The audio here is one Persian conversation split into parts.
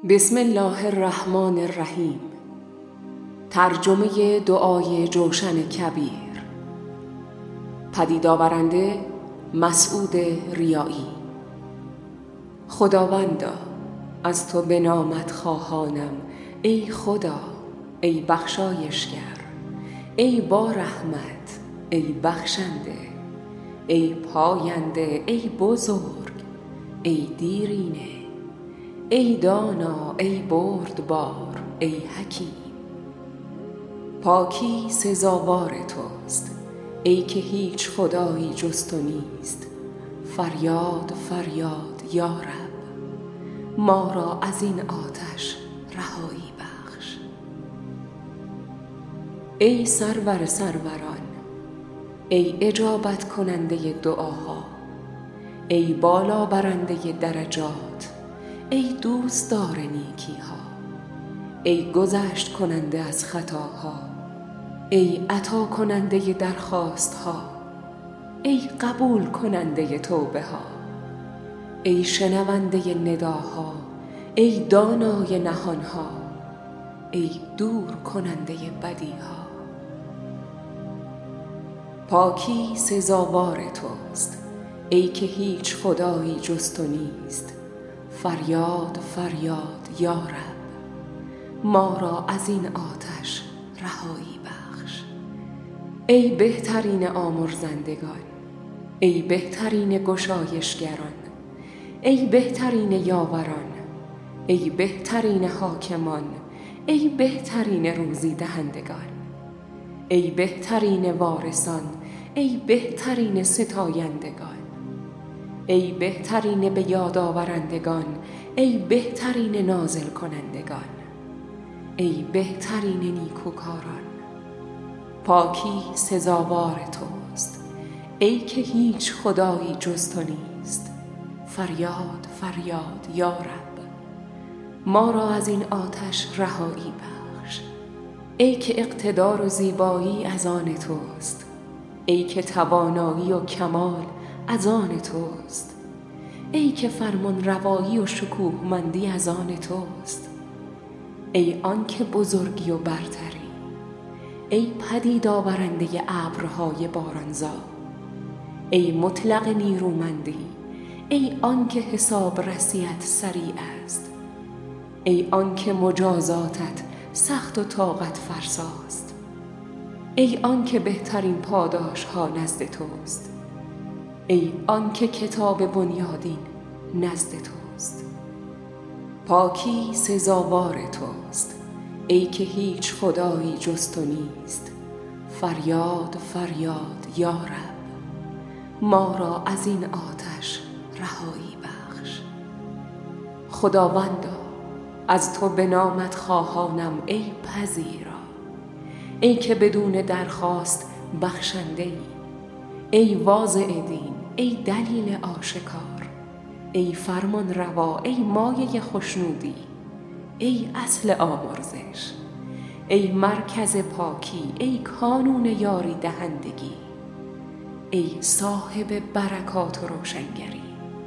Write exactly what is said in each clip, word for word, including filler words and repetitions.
بسم الله الرحمن الرحیم. ترجمه دعای جوشن کبیر. پدید آورنده مسعود ریایی. خداوندا، از تو به نامت خواهانم ای خدا، ای بخشایشگر، ای با رحمت، ای بخشنده، ای پاینده، ای بزرگ، ای دیرینه، ای دانا، ای بردبار، ای حکیم. پاکی سزاوار توست، ای که هیچ خدایی جز تو نیست. فریاد فریاد یا رب، ما را از این آتش رهایی بخش. ای سرور سروران، ای اجابت کننده دعاها، ای بالا برنده درجات، ای دوستدار نیکی ها، ای گذشت کننده از خطاها، ای عطا کننده درخواست ها، ای قبول کننده توبه ها، ای شنونده نداها، ای دانای نهان ها، ای دور کننده بدی ها. پاکی سزاوار توست، ای که هیچ خدایی جز تو نیست. فریاد فریاد یا رب، ما را از این آتش رهایی بخش. ای بهترین آمرزندگان، ای بهترین گشایشگران، ای بهترین یاوران، ای بهترین حاکمان، ای بهترین روزی دهندگان، ای بهترین وارثان، ای بهترین ستایندگان، ای بهترین به یاد آورندگان، ای بهترین نازل کنندگان، ای بهترین نیکوکاران. پاکی سزاوار توست، ای که هیچ خدایی جز تو نیست. فریاد فریاد یا رب، ما را از این آتش رهایی بخش. ای که اقتدار و زیبایی از آن توست، ای که توانایی و کمال از آن توست، ای که فرمان روایی و شکوهمندی از آن توست، ای آن که بزرگی و برتری، ای پدید آورنده ابرهای بارانزا، ای مطلق نیرومندی، ای آن که حساب رسیت سریع است، ای آن که مجازاتت سخت و طاقت فرساست، ای آن که بهترین پاداش ها نزد توست، ای آن که کتاب بنیادین نزد توست. پاکی سزاوار توست، ای که هیچ خدایی جز تو نیست. فریاد فریاد یا رب، ما را از این آتش رهایی بخش. خداوندا، از تو به نامت خواهانم ای پذیرا، ای که بدون درخواست بخشنده ای، ای واضع دین، ای دلیل آشکار، ای فرمان روا، ای مایه خشنودی، ای اصل آمرزش، ای مرکز پاکی، ای کانون یاری دهندگی، ای صاحب برکات و روشنگری.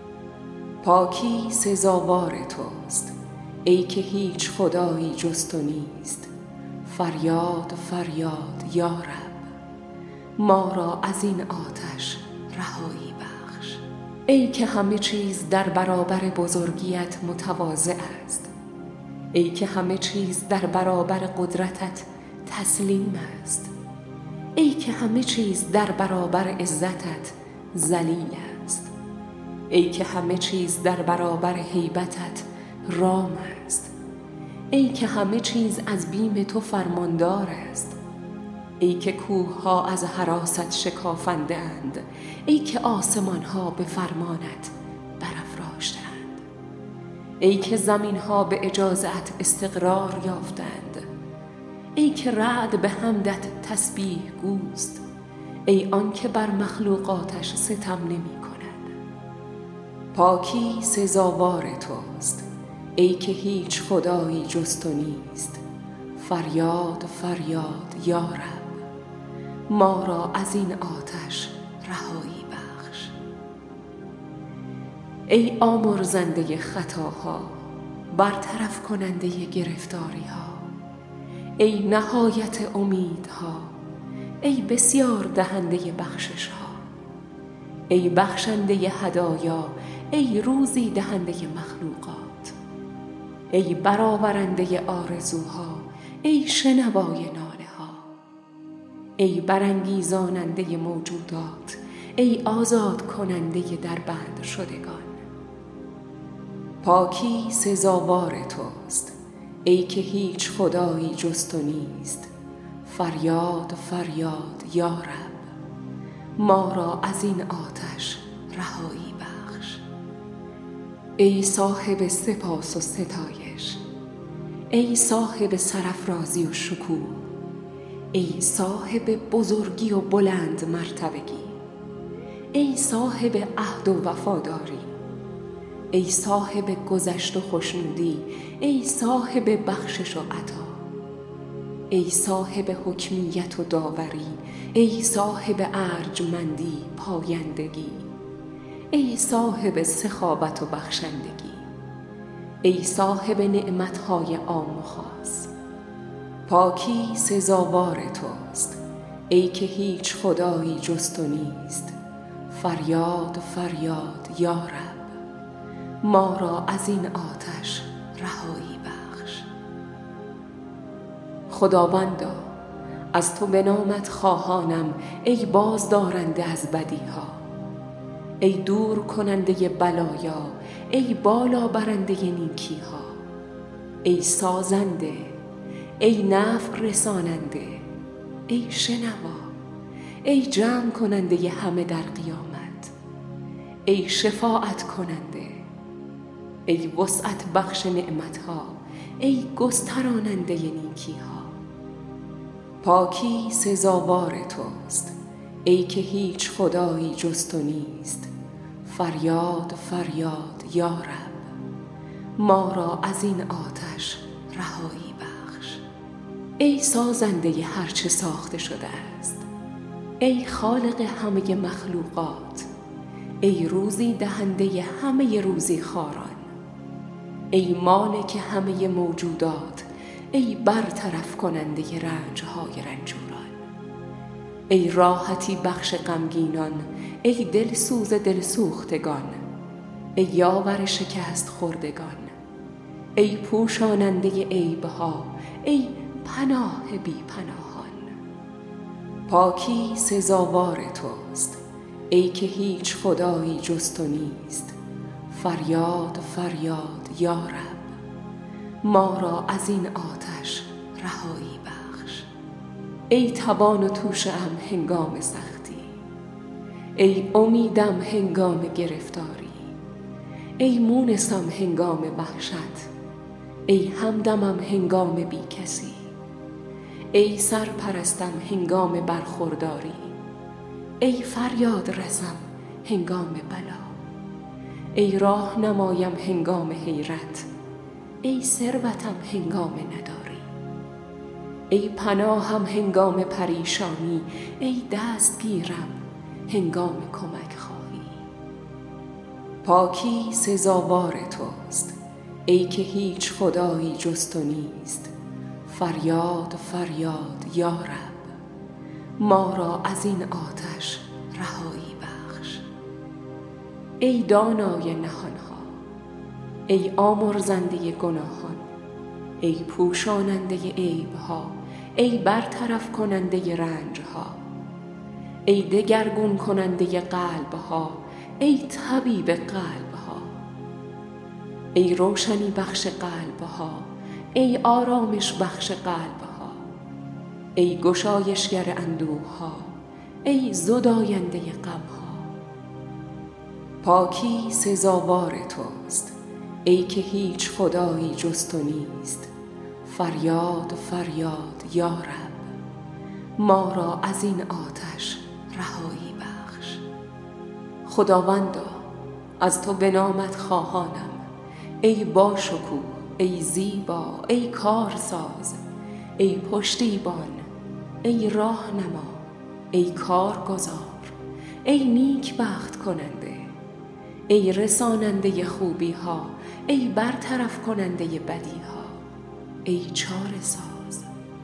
پاکی سزاوار توست، ای که هیچ خدایی جز تو نیست. فریاد فریاد یا رب، ما را از این آتش رهایی بخش. ای که همه چیز در برابر بزرگیت متواضع است، ای که همه چیز در برابر قدرتت تسلیم است، ای که همه چیز در برابر عزتت ذلیل است، ای که همه چیز در برابر هیبتت رام است، ای که همه چیز از بیم تو فرماندار است، ای که کوه ها از هراست شکافنده اند، ای که آسمان ها به فرمانت برافراشتند، ای که زمین ها به اجازت استقرار یافتند، ای که رعد به حمدت تسبیح گوست، ای آن که بر مخلوقاتش ستم نمی کند. پاکی سزاوار توست، ای که هیچ خدایی جز تو نیست. فریاد فریاد یا رب، ما را از این آتش رهایی بخش. ای آمرزنده خطاها، برطرف کننده گرفتاری ها، ای نهایت امیدها، ای بسیار دهنده بخشش ها، ای بخشنده هدایا، ای روزی دهنده مخلوقات، ای برآورنده آرزوها، ای شنوای ناله ها، ای برانگیزاننده موجودات، ای آزاد کننده در بند شدگان. پاکی سزاوار توست، ای که هیچ خدایی جز تو نیست. فریاد فریاد یا رب، ما را از این آتش رهایی بخش. ای صاحب سپاس و ستایش، ای صاحب سرافرازی و شکوه، ای صاحب بزرگی و بلند مرتبگی، ای صاحب عهد و وفاداری، ای صاحب گذشت و خوشنودی، ای صاحب بخشش و عطا، ای صاحب حکمیت و داوری، ای صاحب ارجمندی پایندگی، ای صاحب سخاوت و بخشندگی، ای صاحب نعمتهای عام و خاص. پاکی سزاوار توست، ای که هیچ خدایی جز تو نیست. فریاد فریاد یا رب، ما را از این آتش رهایی بخش. خداوندا، از تو به نامت خواهانم، ای بازدارنده از بدیها، ای دور کننده بلایا، ای بالا برنده نیکیها، ای سازنده، ای نفع رساننده، ای شنوا، ای جمع کننده همه در قیامت، ای شفاعت کننده، ای وسعت بخش نعمتها، ای گستراننده نیکیها. پاکی سزاوار توست، ای که هیچ خدایی جز تو نیست. فریاد فریاد یا رب، ما را از این آتش رهایی بخش. ای سازنده هرچه ساخته شده است، ای خالق همه مخلوقات، ای روزی دهنده همه روزی خاران، ای مالک همه موجودات، ای برطرف کننده رنجهای رنجوران، ای راحتی بخش غمگینان، ای دلسوز دلسوختگان، ای یاور شکست خوردگان، ای پوشاننده عیبها، ای پناه بی پناهان. پاکی سزاوار توست، ای که هیچ خدایی جز تو نیست. فریاد فریاد یا رب، ما را از این آتش رهایی بخش. ای توان و توشه ام هنگام سختی، ای امیدم هنگام گرفتاری، ای مونسم هنگام وحشت، ای همدمم هنگام بی کسی، ای سرپرستم هنگام برخورداری، ای فریاد رسم هنگام بلا، ای راه نمایم هنگام حیرت، ای ثروتم هنگام نداری، ای پناهم هنگام پریشانی، ای دستگیرم هنگام کمک خواهی. پاکی سزاوار توست، ای که هیچ خدایی جز تو نیست. فریاد فریاد یا رب، ما را از این آتش رهایی بخش. ای دانای نهانها، ای آمرزنده گناهان، ای پوشاننده عیبها، ای برطرف کننده رنجها، ای دگرگون کننده قلبها، ای طبیب قلبها، ای روشنی بخش قلبها، ای آرامش بخش قلبها، ای گشایشگر اندوهها، ای زداینده غمها. پاکی سزاوار توست، ای که هیچ خدایی جز تو نیست. فریاد فریاد یا رب، ما را از این آتش رهایی بخش. خداوندا، از تو به نامت خواهانم، ای باشکوه، ای زیبا، ای کارساز، ای پشتیبان، ای راهنما، ای کارگزار، ای نیکبخت کننده، ای رساننده خوبی ها، ای برطرف کننده بدی ها، ای چاره ساز.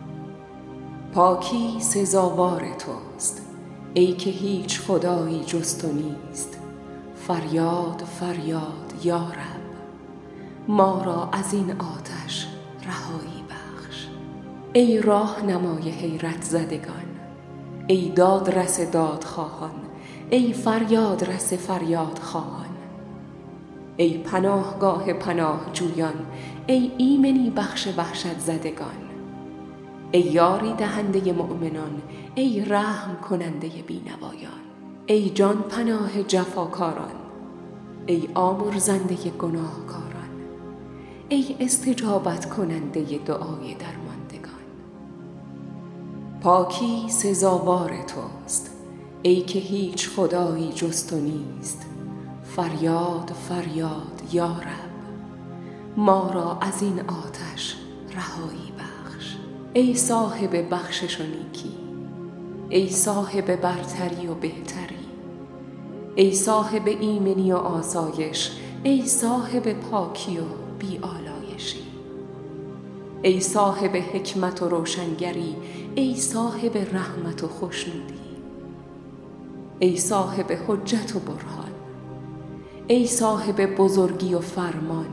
پاکی سزاوار توست، ای که هیچ خدایی جز تو نیست. فریاد فریاد یا رب، ما را از این آتش رهایی بخش. ای راهنمای حیرت زدگان، ای دادرس دادخواهان، ای فریاد رس فریاد خواهان، ای پناهگاه پناه جویان، ای ایمنی بخش وحشت زدگان، ای یاری دهنده مؤمنان، ای رحم کننده بینوایان، ای جان پناه جفاکاران، ای آمرزنده گناهکاران، ای استجابت کننده دعای درماندگان. پاکی سزاوار توست، ای که هیچ خدایی جز تو نیست. فریاد فریاد یا رب، ما را از این آتش رهایی بخش. ای صاحب بخشش و نیکی، ای صاحب برتری و بهتری، ای صاحب ایمنی و آسایش، ای صاحب پاکی و بی‌آلایشی، ای صاحب حکمت و روشنگری، ای صاحب رحمت و خوشنودی، ای صاحب حجت و برهان، ای صاحب بزرگی و فرمان،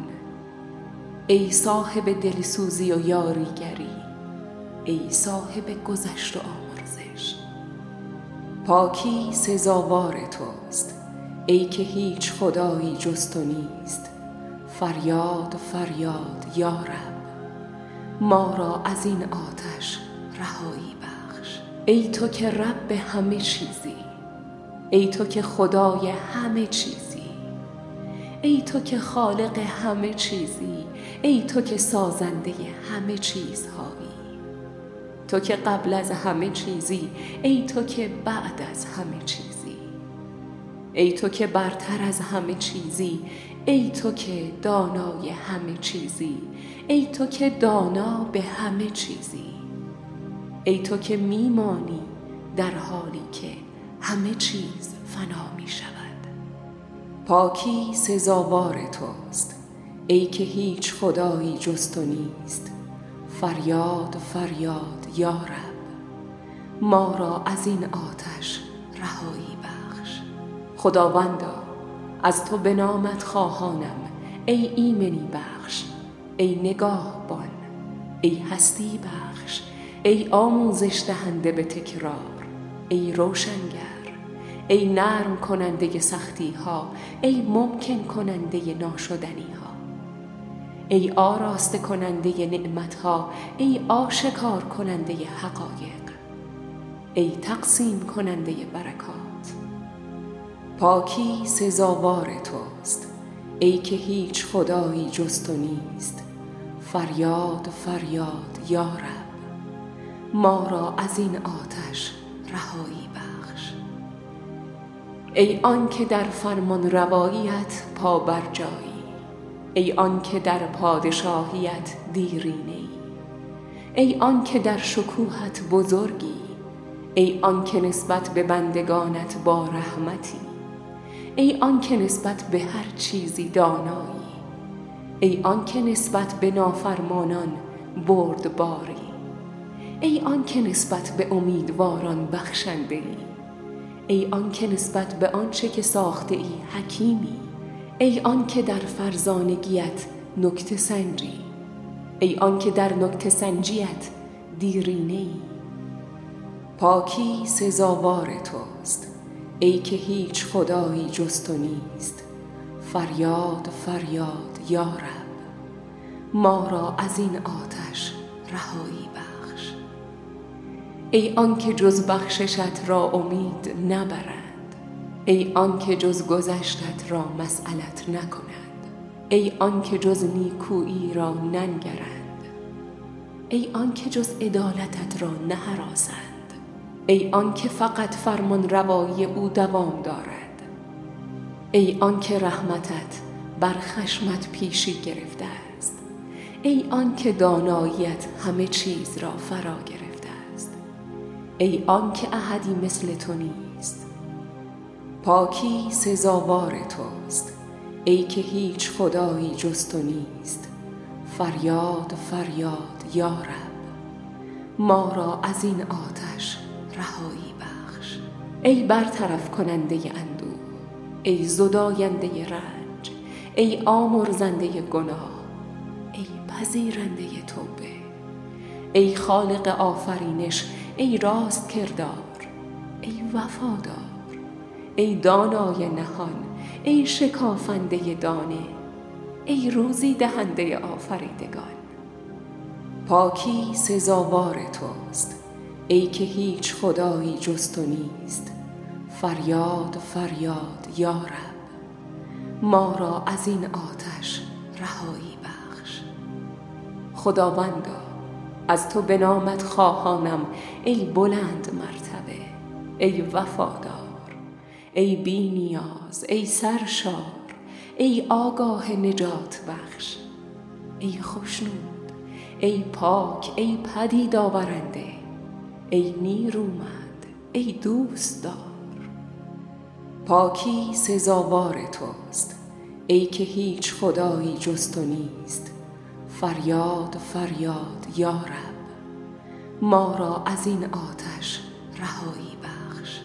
ای صاحب دلسوزی و یاریگری، ای صاحب گذشت و آمرزش. پاکی سزاوار توست، ای که هیچ خدایی جز تو نیست. فریاد فریاد یا رب، ما را از این آتش رهایی بخش. ای تو که رب همه چیزی، ای تو که خدای همه چیزی، ای تو که خالق همه چیزی، ای تو که سازنده همه چیزهایی، تو که قبل از همه چیزی، ای تو که بعد از همه چیزی، ای تو که برتر از همه چیزی، ای تو که دانای همه چیزی، ای تو که دانا به همه چیزی، ای تو که میمانی در حالی که همه چیز فنا می شود. پاکی سزاوار توست، ای که هیچ خدایی جز تو نیست. فریاد فریاد یا رب، ما را از این آتش رهایی بخش. خداوندا، از تو به نامت خواهانم، ای ایمنی بخش، ای نگاهبان، ای هستی بخش، ای آموزش دهنده به تکرار، ای روشنگر، ای نرم کننده سختی ها، ای ممکن کننده ناشدنی ها، ای آراسته کننده نعمت ها، ای آشکار کننده حقایق، ای تقسیم کننده برکات. پاکی سزاوار توست، ای که هیچ خدایی جز تو نیست. فریاد فریاد یا رب، ما را از این آتش رهایی بخش. ای آن که در فرمان رواییت پا بر جایی، ای آن که در پادشاهیت دیرینه‌ای، ای آن که در شکوهت بزرگی، ای آن که نسبت به بندگانت با رحمتی، ای آن که نسبت به هر چیزی دانایی، ای آن که نسبت به نافرمانان بردباری، ای آن که نسبت به امیدواران بخشنده‌ای، ای آن که نسبت به آنچه که ساخته ای حکیمی، ای آن که در فرزانگیت نکته سنجی، ای آن که در نکته سنجیت دیرینه‌ای. پاکی سزاوار توست، ای که هیچ خدایی جز تو نیست. فریاد فریاد یا رب، ما را از این آتش رهایی بخش. ای آن که جز بخششت را امید نبرند، ای آن که جز گذشتت را مسئلت نکنند، ای آن که جز نیکویی را ننگرند، ای آن که جز عدالتت را نهراسند، ای آن که فقط فرمان روایی او دوام دارد، ای آن که رحمتت بر خشمت پیشی گرفته است، ای آن که داناییت همه چیز را فرا گرفته است، ای آن که احدی مثل تو نیست. پاکی سزاوار توست، ای که هیچ خدایی جز تو نیست. فریاد فریاد یا رب، ما را از این آتش رهایی بخش. ای برطرف کننده اندوه، ای زداینده رنج، ای آمرزنده گناه، ای پذیرنده توبه، ای خالق آفرینش، ای راست کردار، ای وفادار، ای دانای نهان، ای شکافنده دانه، ای روزی دهنده آفریدگان. پاکی سزاوار توست، ای که هیچ خدایی جز تو نیست. فریاد فریاد یا رب، ما را از این آتش رهایی بخش. خداوندا، از تو به نامت خواهانم ای بلند مرتبه، ای وفادار، ای بی نیاز، ای سرشار، ای آگاه نجات بخش، ای خوشنود، ای پاک، ای پدید آورنده، ای نیرومند، ای دوست دار. پاکی سزاوار توست، ای که هیچ خدایی جز تو نیست. فریاد فریاد یا رب، ما را از این آتش رهایی بخش.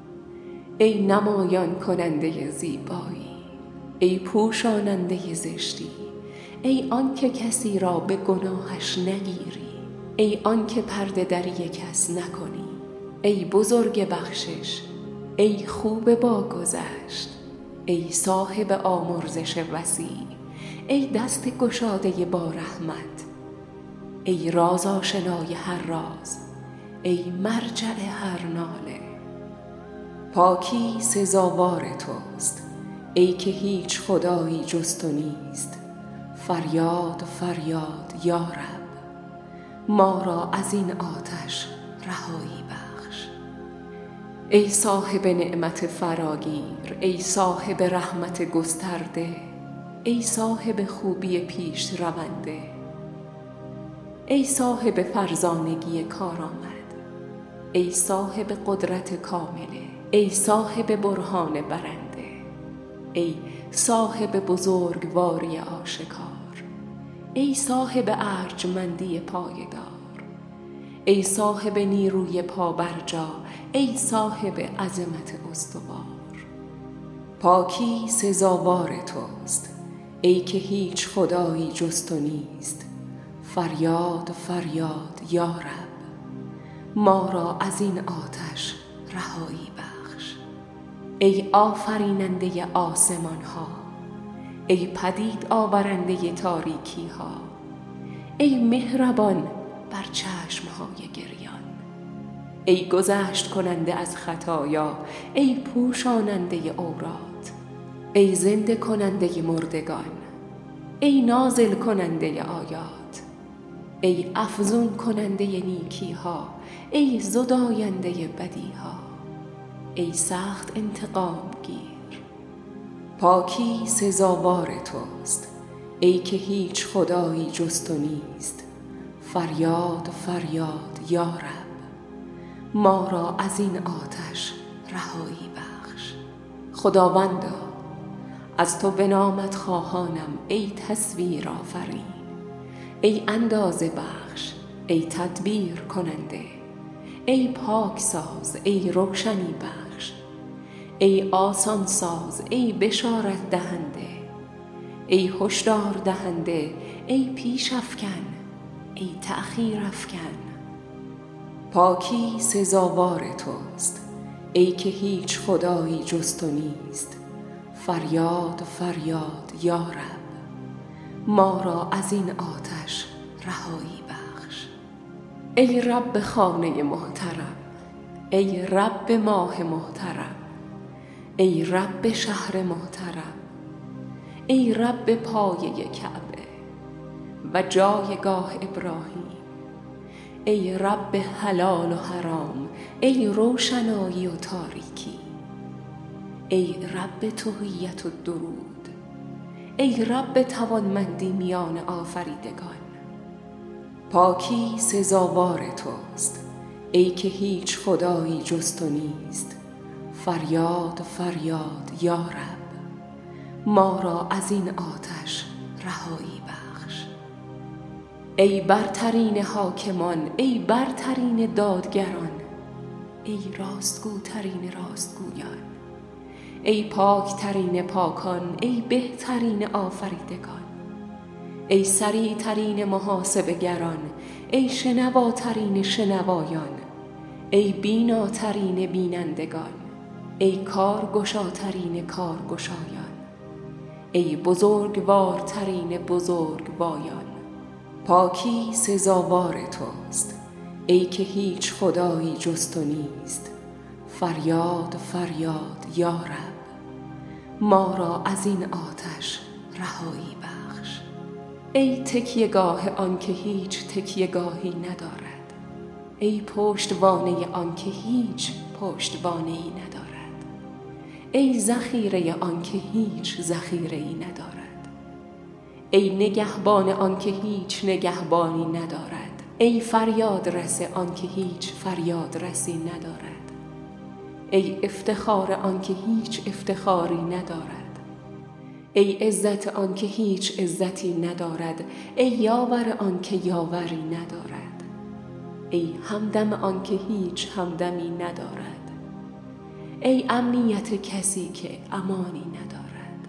ای نمایان کننده زیبایی، ای پوشاننده زشتی، ای آن که کسی را به گناهش نگیری، ای آن که پرده دری کس نکنی، ای بزرگ بخشش، ای خوب با گذشت، ای صاحب آمرزش وسیع، ای دست گشاده با رحمت، ای راز آشنای هر راز، ای مرجع هر ناله. پاکی سزاوار توست، ای که هیچ خدایی جز تو نیست. فریاد فریاد یا رب، ما را از این آتش رهایی بخش. ای صاحب نعمت فراگیر، ای صاحب رحمت گسترده، ای صاحب خوبی پیش رونده، ای صاحب فرزانگی کارآمد، ای صاحب قدرت کامله، ای صاحب برهان برنده، ای صاحب بزرگواری آشکار، ای صاحب ارجمندی پایدار، ای صاحب نیروی پابرجا، ای صاحب عظمت استوار. پاکی سزاوار توست، ای که هیچ خدایی جز تو نیست. فریاد فریاد یا رب، ما را از این آتش رهایی بخش. ای آفریننده آسمان ها، ای پدید آورنده تاریکی ها، ای مهربان بر چشم های گریان، ای گذشت کننده از خطایا، ای پوشاننده عورات، ای زنده کننده مردگان، ای نازل کننده آیات، ای افزون کننده نیکی ها، ای زداینده بدی ها، ای سخت انتقام گیر. پاکی سزاوار توست، ای که هیچ خدایی جز تو نیست. فریاد فریاد یا رب، ما را از این آتش رهایی بخش. خداوندا، از تو به نامت خواهانم ای تصویر آفرین، ای اندازه بخش، ای تدبیر کننده، ای پاک ساز، ای روشنی بخش، ای آسان ساز، ای بشارت دهنده، ای هشدار دهنده، ای پیش افکن، ای تأخیر افکن. پاکی سزاوار توست، ای که هیچ خدایی جز تو نیست. فریاد فریاد یا رب، ما را از این آتش رهایی بخش. ای رب خانه محترم، ای رب ماه محترم، ای رب شهر محترم، ای رب پایه کعبه و جایگاه ابراهیم، ای رب حلال و حرام، ای روشنایی و تاریکی، ای رب تحیت و درود، ای رب توانمندی میان آفریدگان. پاکی سزاوار توست، ای که هیچ خدایی جز تو نیست. فریاد فریاد یا رب، ما را از این آتش رهایی بخش. ای برترین حاکمان، ای برترین دادگران، ای راستگوترین راستگویان، ای پاکترین پاکان، ای بهترین آفریدگان، ای سریعترین محاسبه‌گران، ای شنواترین شنوایان، ای بیناترین بینندگان، ای کارگشاترین کارگشایان، ای بزرگوارترین بزرگوایان. پاکی سزاوار توست، ای که هیچ خدایی جز تو نیست. فریاد فریاد یا رب، ما را از این آتش رهایی بخش. ای تکیهگاه آن که هیچ تکیهگاهی ندارد، ای پشتوانه آن که هیچ پشتوانه‌ای ندارد، ای ذخیره آن که هیچ ذخیره‌ای ندارد، ای نگهبان آن که هیچ نگهبانی ندارد، ای فریاد رس آن که هیچ فریاد رسی ندارد، ای افتخار آن که هیچ افتخاری ندارد، ای عزت آن که هیچ عزتی ندارد، ای یاور آن که یاوری ندارد، ای همدم آن که هیچ همدمی ندارد، ای امنیت کسی که امانی ندارد.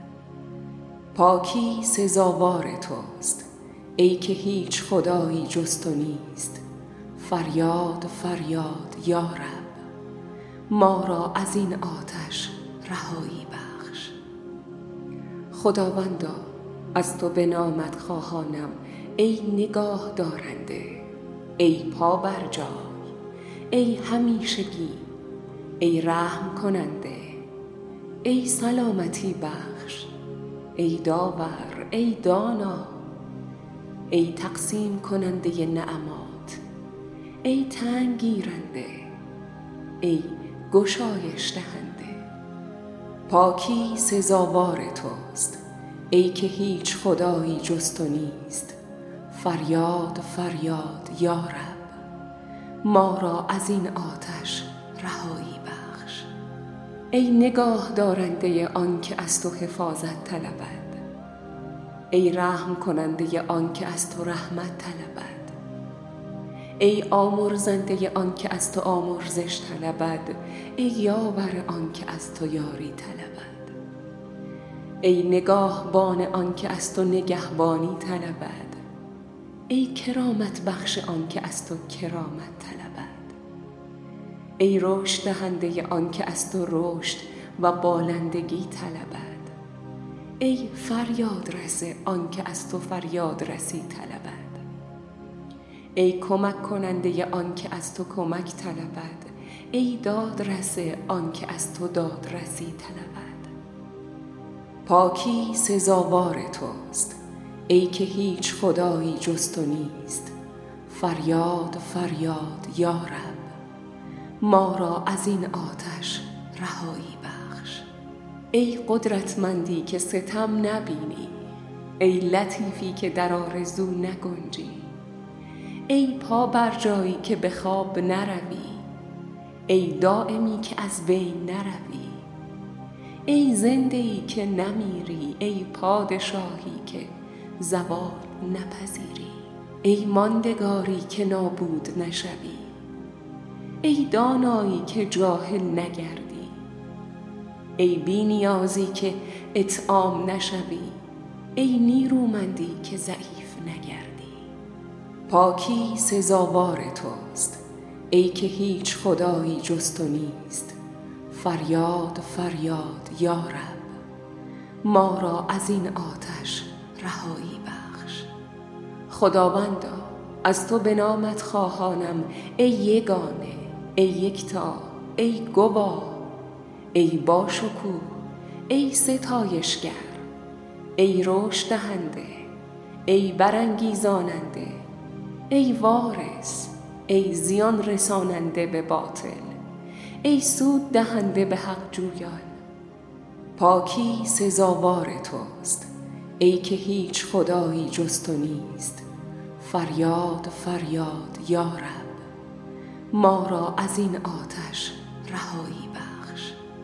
پاکی سزاوار توست، ای که هیچ خدایی جز تو نیست. فریاد فریاد یا رب، ما را از این آتش رهایی بخش. خداوندا، از تو به نامت خواهانم، ای نگاه دارنده، ای پا بر جای، ای همیشگی، ای رحم کننده، ای سلامتی بخش، ای داور، ای دانا، ای تقسیم کننده نعمات، ای تنگ گیرنده، ای گشایش دهنده. پاکی سزاوار توست، ای که هیچ خدایی جز تو نیست. فریاد فریاد یا رب، ما را از این آتش رهایی بخش. ای نگاه دارنده آن که از تو حفاظت طلبد، ای رحم کننده آن که از تو رحمت طلبد، ای آمرزنده آن که از تو آمرزش طلبد، ای یاور آن که از تو یاری طلبد، ای نگاهبان آن که از تو نگهبانی طلبد، ای کرامت بخش آن که از تو کرامت طلبد، ای رشد دهنده آن که از تو رشد و بالندگی طلبد، ای فریاد رس آن که از تو فریاد رسی طلبد، ای کمک کننده آن که از تو کمک طلبد، ای دادرس آن که از تو دادرسی طلبد. پاکی سزاوار توست، ای که هیچ خدایی جز تو نیست. فریاد فریاد یا رب، ما را از این آتش رهایی بخش. ای قدرتمندی که ستم نبینی، ای لطیفی که در آرزو نگنجی، ای پا بر جایی که به خواب نروی، ای دائمی که از بین نروی، ای زنده‌ای که نمیری، ای پادشاهی که زوال نپذیری، ای ماندگاری که نابود نشوی، ای دانایی که جاهل نگردی، ای بی‌نیازی که اطعام نشوی، ای نیرومندی که ضعیف نگردی. پاکی سزاوار توست، ای که هیچ خدایی جز تو نیست. فریاد فریاد یا رب، ما را از این آتش رهایی بخش. خداوندا، از تو به نامت خواهانم، ای یگانه، ای یکتا، ای گواه، ای باشکوه، ای ستایشگر، ای رشد دهنده، ای برانگیزاننده، ای وارث، ای زیان رساننده به باطل، ای سود دهنده به حق جویان. پاکی سزاوار توست، ای که هیچ خدایی جز تو نیست. فریاد فریاد یا رب، ما را از این آتش رهایی بخش.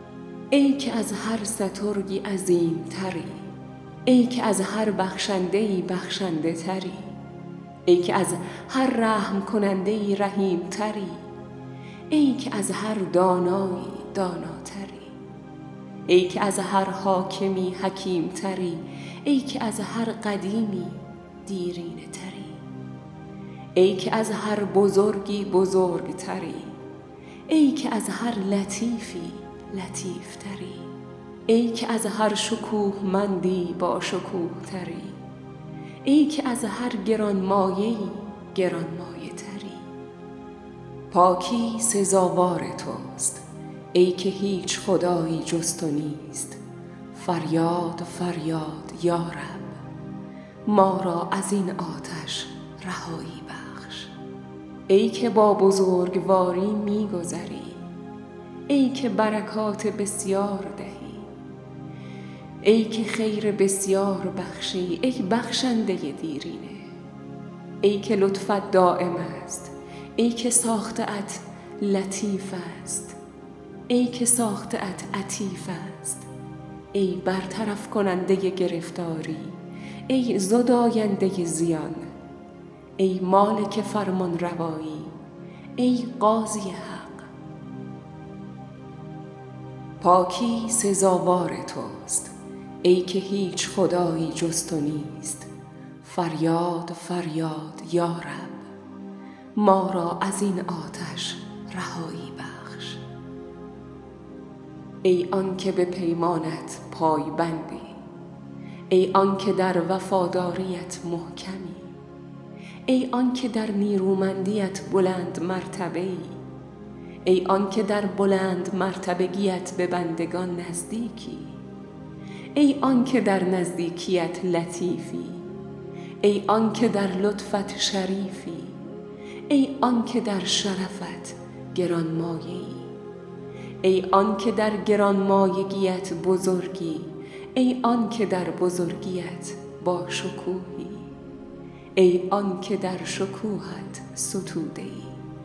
ای که از هر سترگی عظیم تری، ای که از هر بخشنده‌ای بخشنده تری، ای که از هر رحم کننده‌ای رحیم تری، ای که از هر دانایی داناتری، ای که از هر حاکمی حکیم تری، ای که از هر قدیمی دیرینه تری، ای که از هر بزرگی بزرگ تری، ای که از هر لطیفی لطیف تری، ای که از هر شکوهمندی با شکوه تری، ای که از هر گرانمایه‌ای گرانمایه تری. پاکی سزاوار توست ای که هیچ خدایی جز تو نیست. فریاد فریاد یا رب، ما را از این آتش رهایی بخش. ای که با بزرگواری می گذری، ای که برکات بسیار دهی، ای که خیر بسیار بخشی، ای بخشنده دیرینه، ای که لطفت دائم است، ای که ساخته ات لطیف است، ای که ساخته ات عطیف است، ای برطرف کننده گرفتاری، ای زداینده زیان، ای مالک فرمان روایی، ای قاضی حق. پاکی سزاوار توست ای که هیچ خدایی جز تو نیست. فریاد فریاد یا رب، ما را از این آتش رهایی بخش. ای آن که به پیمانت پای بندی، ای آن که در وفاداریت محکمی، ای آن که در نیرومندیت بلند مرتبه ای، ای آن که در بلند مرتبگیت به بندگان نزدیکی، ای آن که در نزدیکیت لطیفی، ای آن که در لطفت شریفی، ای آن که در شرفت گرانمایه‌ای، ای آن که در گرانمایگیت بزرگی، ای آن که در بزرگیت با شکوهی، ای آن که در شکوهت ستوده‌ای.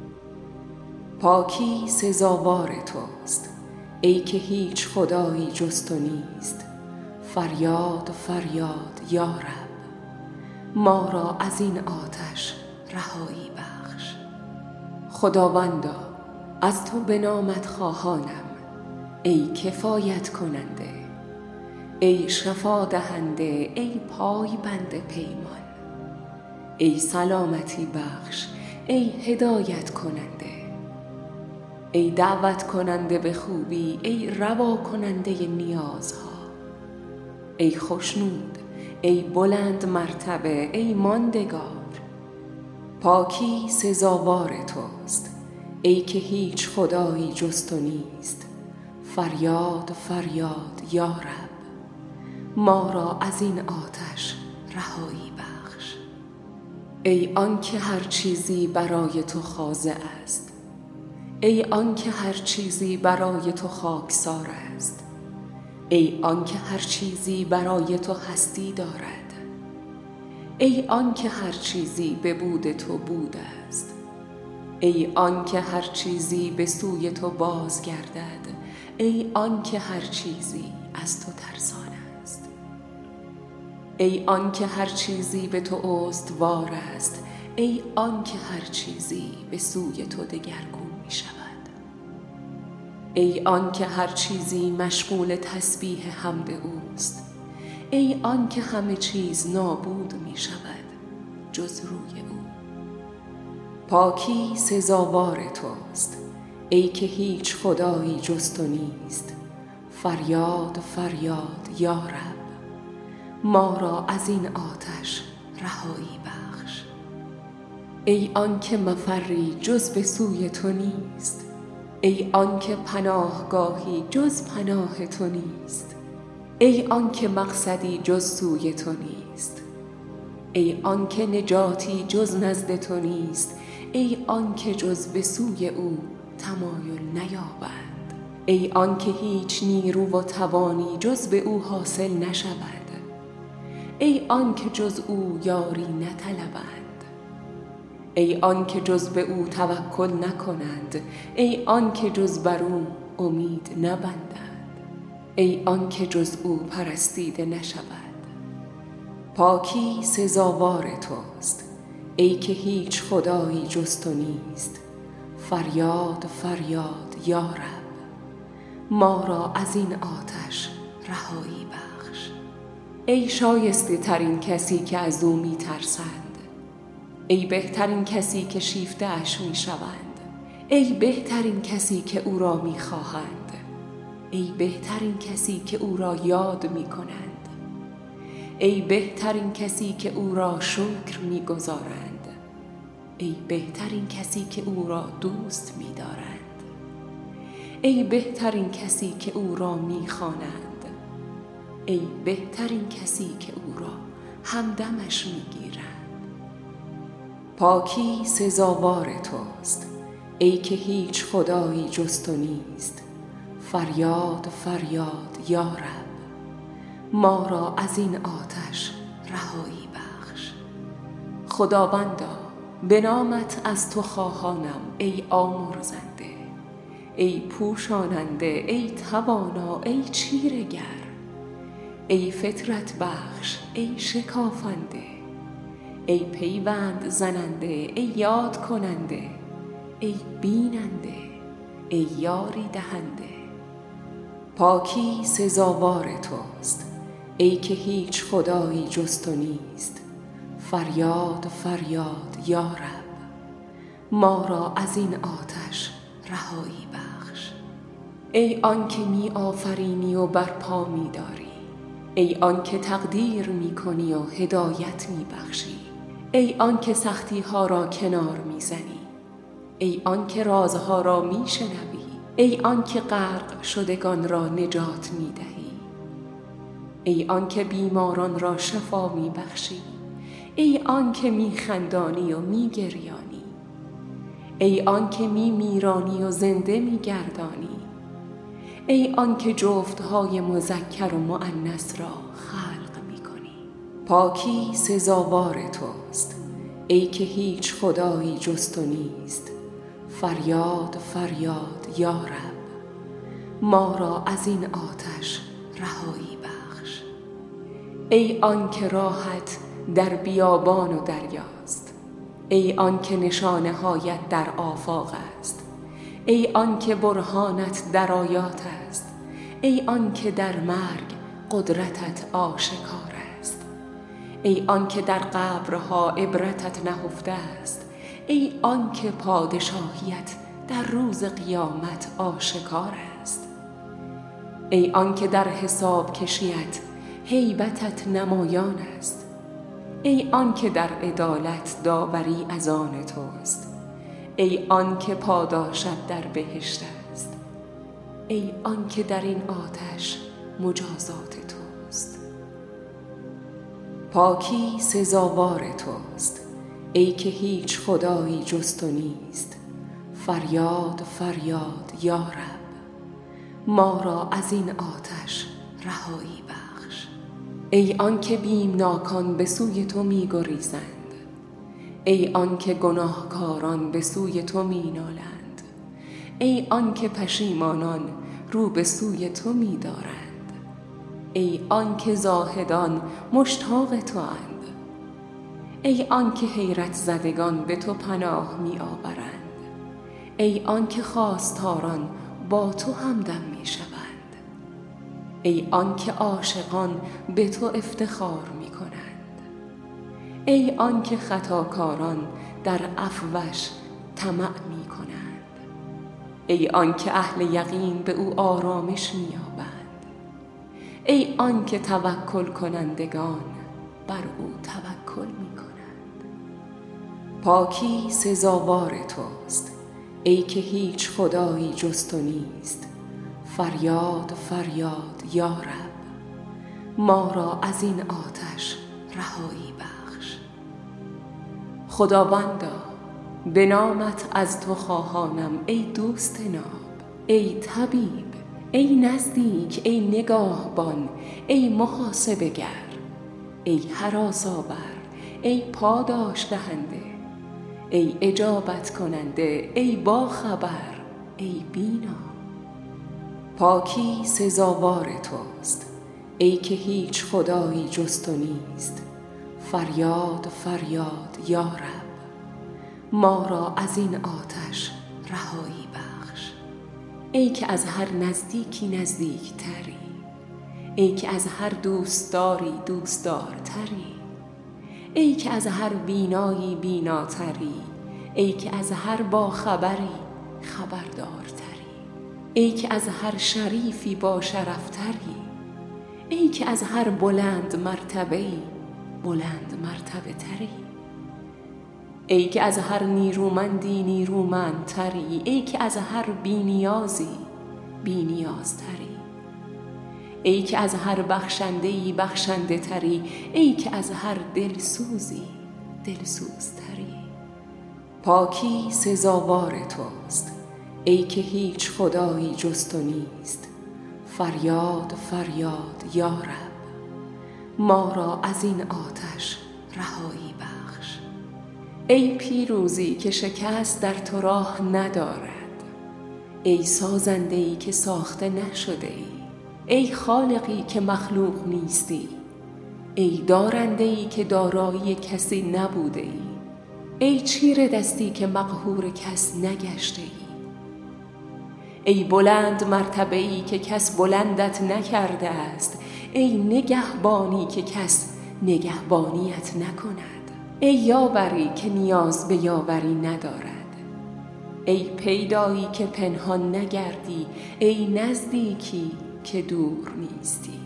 پاکی سزاوار توست ای که هیچ خدایی جز تو نیست. فریاد فریاد یا رب، ما را از این آتش رهایی بخش. خداوندا از تو به نامت خواهانم ای کفایت کننده، ای شفا دهنده، ای پای بند پیمان، ای سلامتی بخش، ای هدایت کننده، ای دعوت کننده به خوبی، ای روا کننده نیازها، ای خوشنود، ای بلند مرتبه، ای ماندگار. پاکی سزاوار توست ای که هیچ خدایی جز تو نیست. فریاد فریاد یا رب، ما را از این آتش رهایی بخش. ای آن که هر چیزی برای تو خاضع است، ای آن که هر چیزی برای تو خاکسار است، ای آن که هر چیزی برای تو هستی دارد، ای آن که هر چیزی به بود تو بود است، ای آن که هر چیزی به سوی تو بازگردد، ای آن که هر چیزی از تو ترسان است، ای آن که هر چیزی به تو استوار است، ای آن که هر چیزی به سوی تو دگرگون می شود، ای آن که هر چیزی مشغول تسبیح حمد اوست، ای آن که همه چیز نابود می شود جز روی او. پاکی سزاوار توست ای که هیچ خدایی جز تو نیست. فریاد فریاد یا رب، ما را از این آتش رهایی بخش. ای آن که مفری جز به سوی تو نیست، ای آن که پناهگاهی جز پناه تو نیست، ای آن که مقصدی جز سوی تو نیست، ای آن که نجاتی جز نزد تو نیست، ای آن که جز به سوی او تمایل نیابند، ای آن که هیچ نیرو و توانی جز به او حاصل نشود، ای آن که جز او یاری نطلبند، ای آن که جز به او توکل نکنند، ای آن که جز بر او امید نبندند. ای آنکه جز او پرستیده نشود. پاکی سزاوار توست ای که هیچ خدایی جز تو نیست. فریاد فریاد یا رب، ما را از این آتش رهایی بخش. ای شایسته ترین کسی که از او می ترسند، ای بهترین کسی که شیفته اش می شوند، ای بهترین کسی که او را می خواهند، ای بهترین کسی که او را یاد می کنند، ای بهترین کسی که او را شکر می گذارند، ای بهترین کسی که او را دوست می دارند، ای بهترین کسی که او را می خوانند، ای بهترین کسی که او را همدمش می گیرند. پاکی سزاوار توست ای که هیچ خدایی جز تو نیست. فریاد فریاد یا رب، ما را از این آتش رهایی بخش. خداوندا به نامت از تو خواهانم ای آمرزنده، ای پوشاننده، ای توانا، ای چیره‌گر، ای فطرت بخش، ای شکافنده، ای پیوند زننده، ای یاد کننده، ای بیننده، ای یاری دهنده. پاکی سزاوار توست ای که هیچ خدایی جز تو نیست. فریاد فریاد یا رب، ما را از این آتش رهایی بخش. ای آنکه می آفرینی و برپا می داری، ای آنکه تقدیر می کنی و هدایت می بخشی، ای آنکه سختی ها را کنار می زنی، ای آنکه رازها را می شنوی، ای آنکه غرق شدگان را نجات می دهی، ای آنکه بیماران را شفا می بخشی، ای آنکه می خندانی و می گریانی، ای آنکه می میرانی و زنده می گردانی، ای آنکه جفتهای مذکر و مؤنث را خلق می کنی. پاکی سزاوار توست ای که هیچ خدایی جز تو نیست. فریاد فریاد یا رب، ما را از این آتش رهایی بخش. ای آنکه راحت در بیابان و دریاست، ای آنکه نشانه هایت در آفاق است، ای آنکه برهانت در آیات است، ای آنکه در مرگ قدرتت آشکار است، ای آنکه در قبرها عبرتت نهفته است، ای آنکه پادشاهیت در روز قیامت آشکار است، ای آنکه در حساب کشیت هیبتت نمایان است، ای آنکه در عدالت داوری از آن توست، ای آنکه پاداشت در بهشت است، ای آنکه در این آتش مجازات توست. پاکی سزاوار توست ای که هیچ خدایی جز تو نیست. فریاد فریاد یا رب، ما را از این آتش رهایی بخش. ای آنکه بیمناکان به سوی تو می گریزند، ای آنکه گناهکاران به سوی تو می نالند، ای آنکه پشیمانان رو به سوی تو می دارند، ای آنکه زاهدان مشتاق تو اند، ای آنکه حیرت زدگان به تو پناه می آورند، ای آنکه خواستاران با تو همدم می شوند، ای آنکه عاشقان به تو افتخار می کنند، ای آنکه خطاکاران در عفوش طمع می کنند، ای آنکه اهل یقین به او آرامش می یابند، ای آنکه توکل کنندگان بر او توکل می کنند. پاکی سزاوار توست ای که هیچ خدایی جز تو نیست. فریاد فریاد یا رب، ما را از این آتش رهایی بخش. خداوندا به نامت از تو خواهانم ای دوست ناب، ای طبیب، ای نزدیک، ای نگاهبان، ای محاسبه گر، ای هراس آور، ای پاداش دهنده، ای اجابت کننده، ای باخبر، ای بینا. پاکی سزاوار توست ای که هیچ خدایی جز تو نیست. فریاد فریاد یا رب، ما را از این آتش رهایی بخش. ای که از هر نزدیکی نزدیکتری، ای که از هر دوستداری دوستدارتری، ای که از هر بینایی بیناتری، ای که از هر باخبری خبردارتری، ای که از هر شریفی با شرفتری، ای که از هر بلند مرتبه‌ای بلند مرتبه تری، ای که از هر نیرومندی نیرومندتری، ای که از هر بینیازی بینیازتری، ای که از هر بخشنده‌ای بخشنده تری، ای که از هر دلسوزی دلسوزتری. پاکی سزاوار توست ای که هیچ خدایی جز تو نیست. فریاد فریاد یا رب، ما را از این آتش رهایی بخش. ای پیروزی که شکست در تو راه ندارد، ای سازنده‌ای که ساخته نشده ای، ای خالقی که مخلوق نیستی، ای دارنده‌ای که دارایی کسی نبوده ای، ای چیره دستی که مقهور کس نگشته ای، ای بلند مرتبه‌ای که کس بلندت نکرده است، ای نگهبانی که کس نگهبانیت نکند، ای یاوری که نیاز به یاوری ندارد، ای پیدایی که پنهان نگردی، ای نزدیکی که دور نیستی.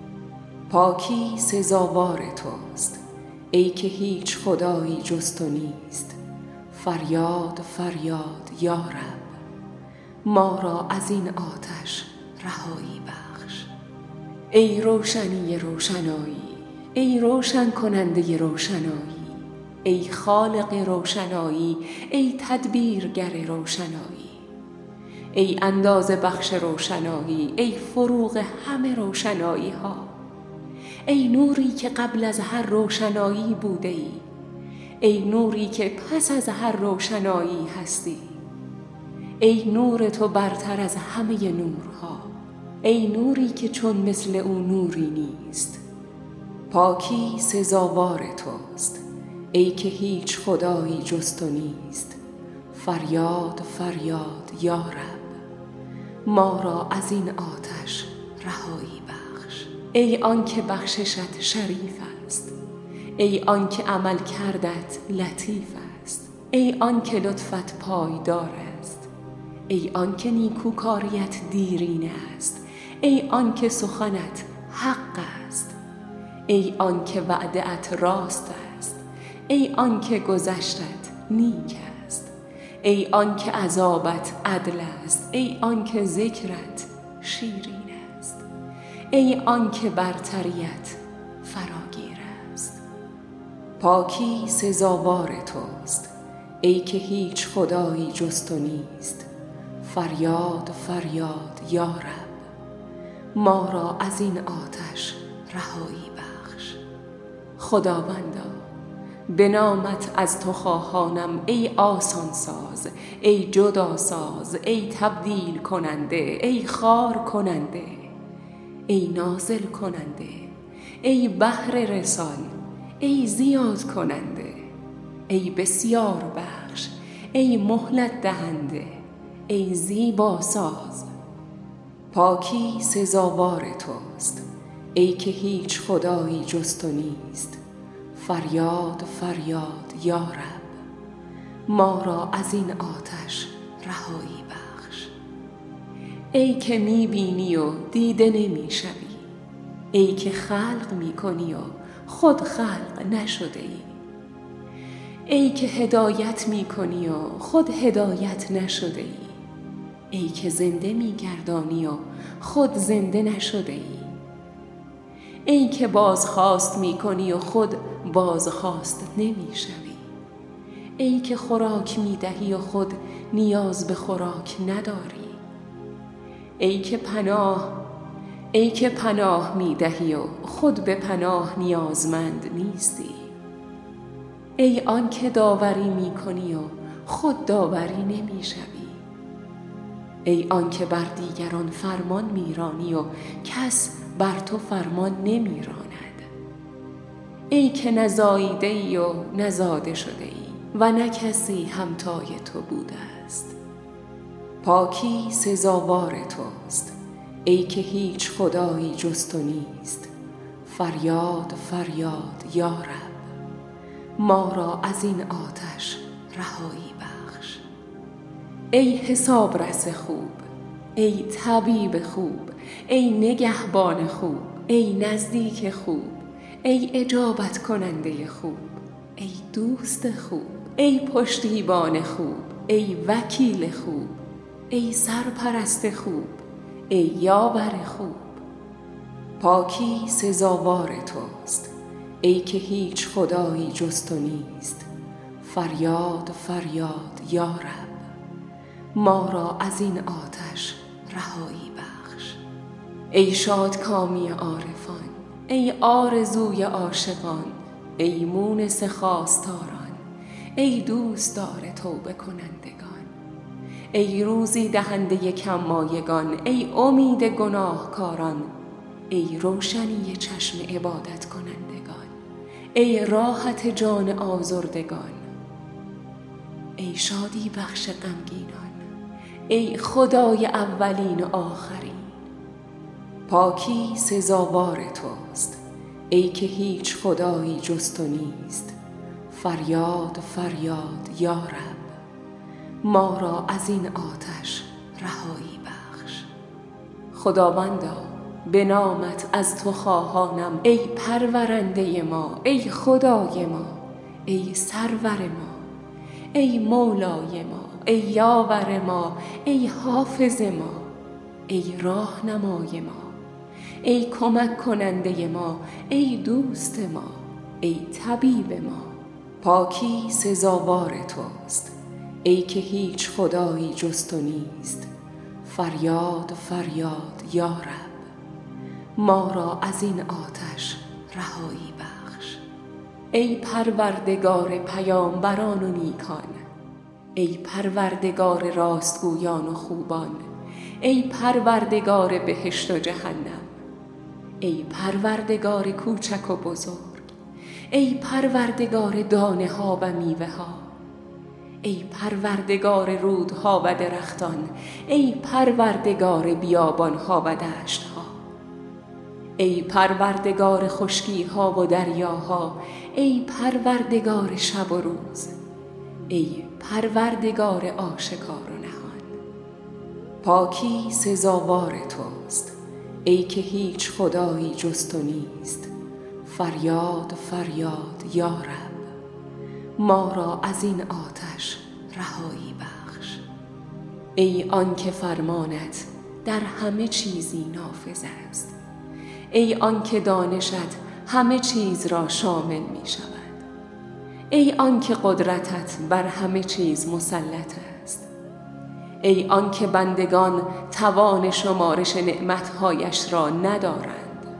پاکی سزاوار توست ای که هیچ خدایی جز تو نیست. فریاد فریاد یا رب، ما را از این آتش رهایی بخش. ای روشنی روشنایی، ای روشن کننده روشنایی، ای خالق روشنایی، ای تدبیرگر روشنایی، ای اندازه بخش روشنایی، ای فروغ همه روشنایی ها، ای نوری که قبل از هر روشنایی بوده ای، ای نوری که پس از هر روشنایی هستی، ای نور تو برتر از همه نورها، ای نوری که چون مثل او نوری نیست. پاکی سزاوار توست ای که هیچ خدایی جز تو نیست. فریاد فریاد یا رب، ما را از این آتش رهایی بخش. ای آن که بخششت شریف است، ای آن که عمل کردت لطیف است، ای آن که لطفت پایدار است، ای آن که نیکوکاریت دیرینه است، ای آن که سخنت حق است، ای آن که وعده‌ات راست است، ای آن که گذشتت نیک است، ای آن که عذابت عدل است، ای آن که ذکرت شیرین است، ای آن که برتریت فراگیر است. پاکی سزاوار توست ای که هیچ خدایی جز تو نیست. فریاد فریاد یا رب، ما را از این آتش رهایی بخش. خداوندا، به نامت از تو خواهانم ای آسان ساز، ای جدا ساز، ای تبدیل کننده، ای خار کننده، ای نازل کننده، ای بحر رسال، ای زیاد کننده، ای بسیار بخش، ای مهلت دهنده، ای زیبا ساز. پاکی سزاوار توست ای که هیچ خدایی جز تو نیست. فریاد فریاد یا رب، ما را از این آتش رهایی بخش. ای که می بینی و دیده نمی شوی، ای که خلق می کنی و خود خلق نشده ای، ای که هدایت می کنی و خود هدایت نشده ای، ای که زنده می گردانی و خود زنده نشده ای، ای که بازخواست می کنی و خود بازخواست نمی شوی، ای که خوراک می دهی و خود نیاز به خوراک نداری، ای که پناه ای که پناه می دهی و خود به پناه نیازمند نیستی، ای آن که داوری می کنی و خود داوری نمی شوی، ای آنکه بر دیگران فرمان میرانی و کس بر تو فرمان نمیراند. ای که نه زاییده ای و نه زاده شده ای و نه کسی همتای تو بوده است. پاکی سزاوار توست ای که هیچ خدایی جز تو نیست. فریاد فریاد یا رب، ما را از این آتش رهایی بخش. ای حسابرس خوب، ای طبیب خوب، ای نگهبان خوب، ای نزدیک خوب، ای اجابت کننده خوب، ای دوست خوب، ای پشتیبان خوب، ای وکیل خوب، ای سرپرست خوب، ای یاور خوب. پاکی سزاوار توست ای که هیچ خدایی جز تو نیست. فریاد فریاد یا رب، ما را از این آتش رهایی بخش. ای شادکامی عارفان، ای آرزوی عاشقان، ای مونس خواستاران، ای دوستدار توبه کنندگان، ای روزی دهنده کم مایگان، ای امید گناهکاران، ای روشنی چشم عبادت کنندگان، ای راحت جان آزردگان، ای شادی بخش غمگینان، ای خدای اولین و آخرین. پاکی سزاوار توست ای که هیچ خدایی جز تو نیست. فریاد فریاد یا رب، ما را از این آتش رهایی بخش. خداوندا به نامت از تو خواهانم ای پرورنده ما، ای خدای ما، ای سرور ما، ای مولای ما، ای یاور ما، ای حافظ ما، ای راهنمای ما، ای کمک کننده ما، ای دوست ما، ای طبیب ما. پاکی سزاوار توست ای که هیچ خدایی جز تو نیست. فریاد فریاد یا رب، ما را از این آتش رهایی بخش. ای پروردگار پیامبران و نیکان، ای پروردگار راستگویان و خوبان، ای پروردگار بهشت و جهنم، ای پروردگار کوچک و بزرگ، ای پروردگار دانه ها و میوه ها، ای پروردگار رودها و درختان، ای پروردگار بیابان ها و دشت ها، ای پروردگار خشکی ها و دریاها، ای پروردگار شب و روز، ای پروردگار آشکار و نهان. پاکی سزاوار توست ای که هیچ خدایی جز تو نیست. فریاد فریاد یا رب، ما را از این آتش رهایی بخش. ای آن که فرمانت در همه چیزی نافذ است، ای آن که دانشت همه چیز را شامل می شود، ای آن که قدرتت بر همه چیز مسلط است، ای آن که بندگان توان شمارش نعمتهایش را ندارند،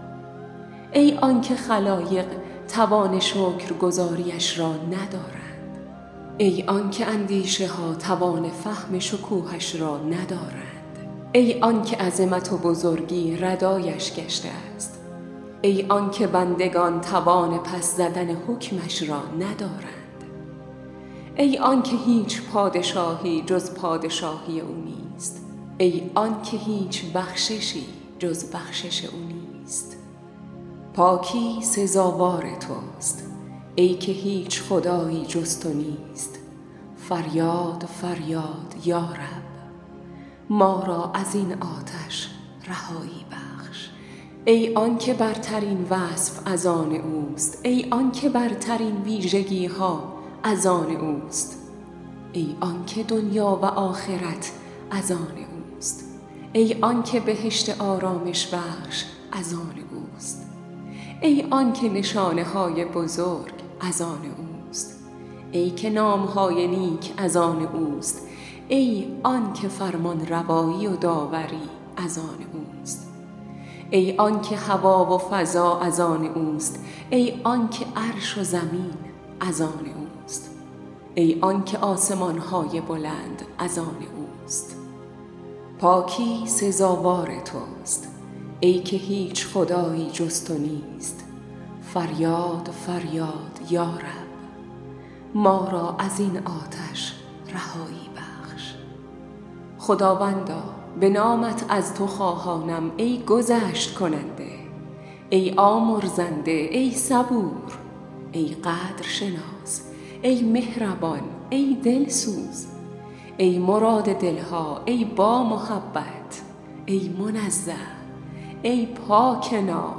ای آن که خلایق توان شکر گزاریش را ندارند، ای آن که اندیشه ها توان فهم شکوهش را ندارند، ای آن که عظمت و بزرگی ردایش گشته است، ای آن که بندگان توان پس زدن حکمش را ندارند، ای آن که هیچ پادشاهی جز پادشاهی او نیست، ای آن که هیچ بخششی جز بخشش او نیست. پاکی سزاوار توست ای که هیچ خدایی جز تو نیست. فریاد فریاد یا رب، ما را از این آتش رهایی بخش. ای آن که برترین وصف از آن اوست، ای آن که برترین ویژگی ها از آن اوست، ای آن که دنیا و آخرت از آن اوست، ای آن که بهشت آرامش بخش از آن اوست، ای آن که نشانه های بزرگ از آن اوست، ای که نام های نیک از آن اوست، ای آن که فرمان روایی و داوری از آن اوست، ای آن که هوا و فضا از آن اوست، ای آن که عرش و زمین از آن اوست، ای آن که آسمان های بلند از آن اوست. پاکی سزاوار توست ای که هیچ خدایی جز تو نیست. فریاد فریاد یا رب، ما را از این آتش رهایی بخش. خداوندا به نامت از تو خواهانم ای گذشت کننده، ای آمرزنده، ای صبور، ای قدر شناس، ای مهربان، ای دلسوز، ای مراد دلها، ای با محبت، ای منزه، ای پاک نام.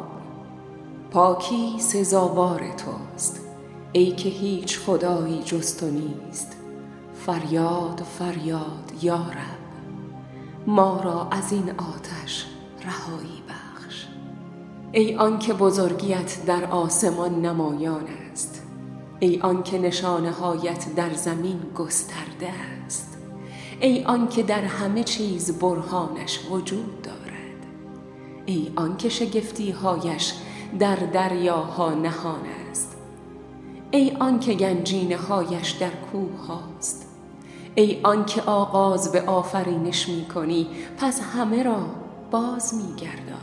پاکی سزاوار توست ای که هیچ خدایی جز تو نیست. فریاد فریاد یا رب، ما را از این آتش رهایی بخش. ای آنکه بزرگیت در آسمان نمایان است، ای آنکه نشانه هایت در زمین گسترده است، ای آنکه در همه چیز برهانش وجود دارد، ای آنکه شگفتی هایش در دریاها نهان است، ای آنکه گنجینه هایش در کوه هاست، ای آنکه آغاز به آفرینش می کنی پس همه را باز می گردانی،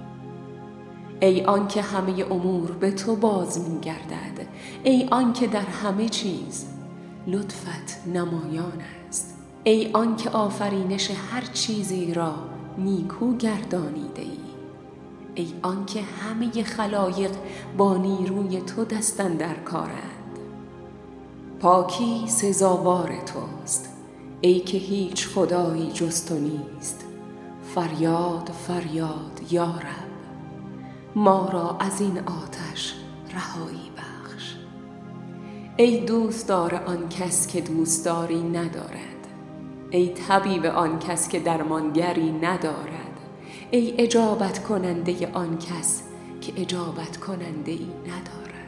ای آنکه همه امور به تو باز می گردد، ای آنکه در همه چیز لطفت نمایان است، ای آنکه آفرینش هر چیزی را نیکو گردانیده ای، ای آنکه همه خلایق با نیروی تو دستن در کارند. پاکی سزاوار توست ای که هیچ خدایی جز تو نیست. فریاد فریاد یا رب، ما را از این آتش رهایی بخش. ای دوستدار آن کس که دوستداری ندارد، ای طبیب آن کس که درمانگری ندارد، ای اجابت کننده آن کس که اجابت کننده ای ندارد،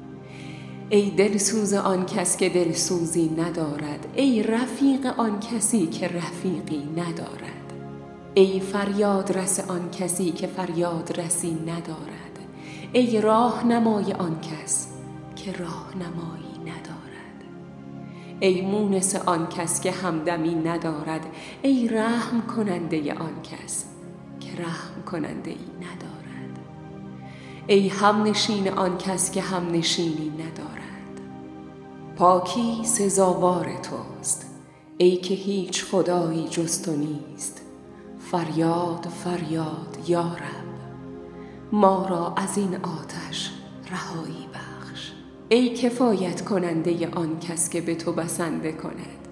ای دلسوز آن کس که دلسوزی ندارد، ای رفیق آن کسی که رفیقی ندارد، ای فریاد رس آن کسی که فریاد رسی ندارد، ای راهنمای آن کس که راهنمایی ندارد، ای مونس آن کس که همدمی ندارد، ای رحم کننده آن کس که رحم کننده ای ندارد، ای همنشین آن کس که همنشینی ندارد. پاکی سزاوار توست ای که هیچ خدایی جز تو نیست. فریاد فریاد یا رب، ما را از این آتش رهایی بخش. ای کفایت کننده آن کس که به تو بسنده کند،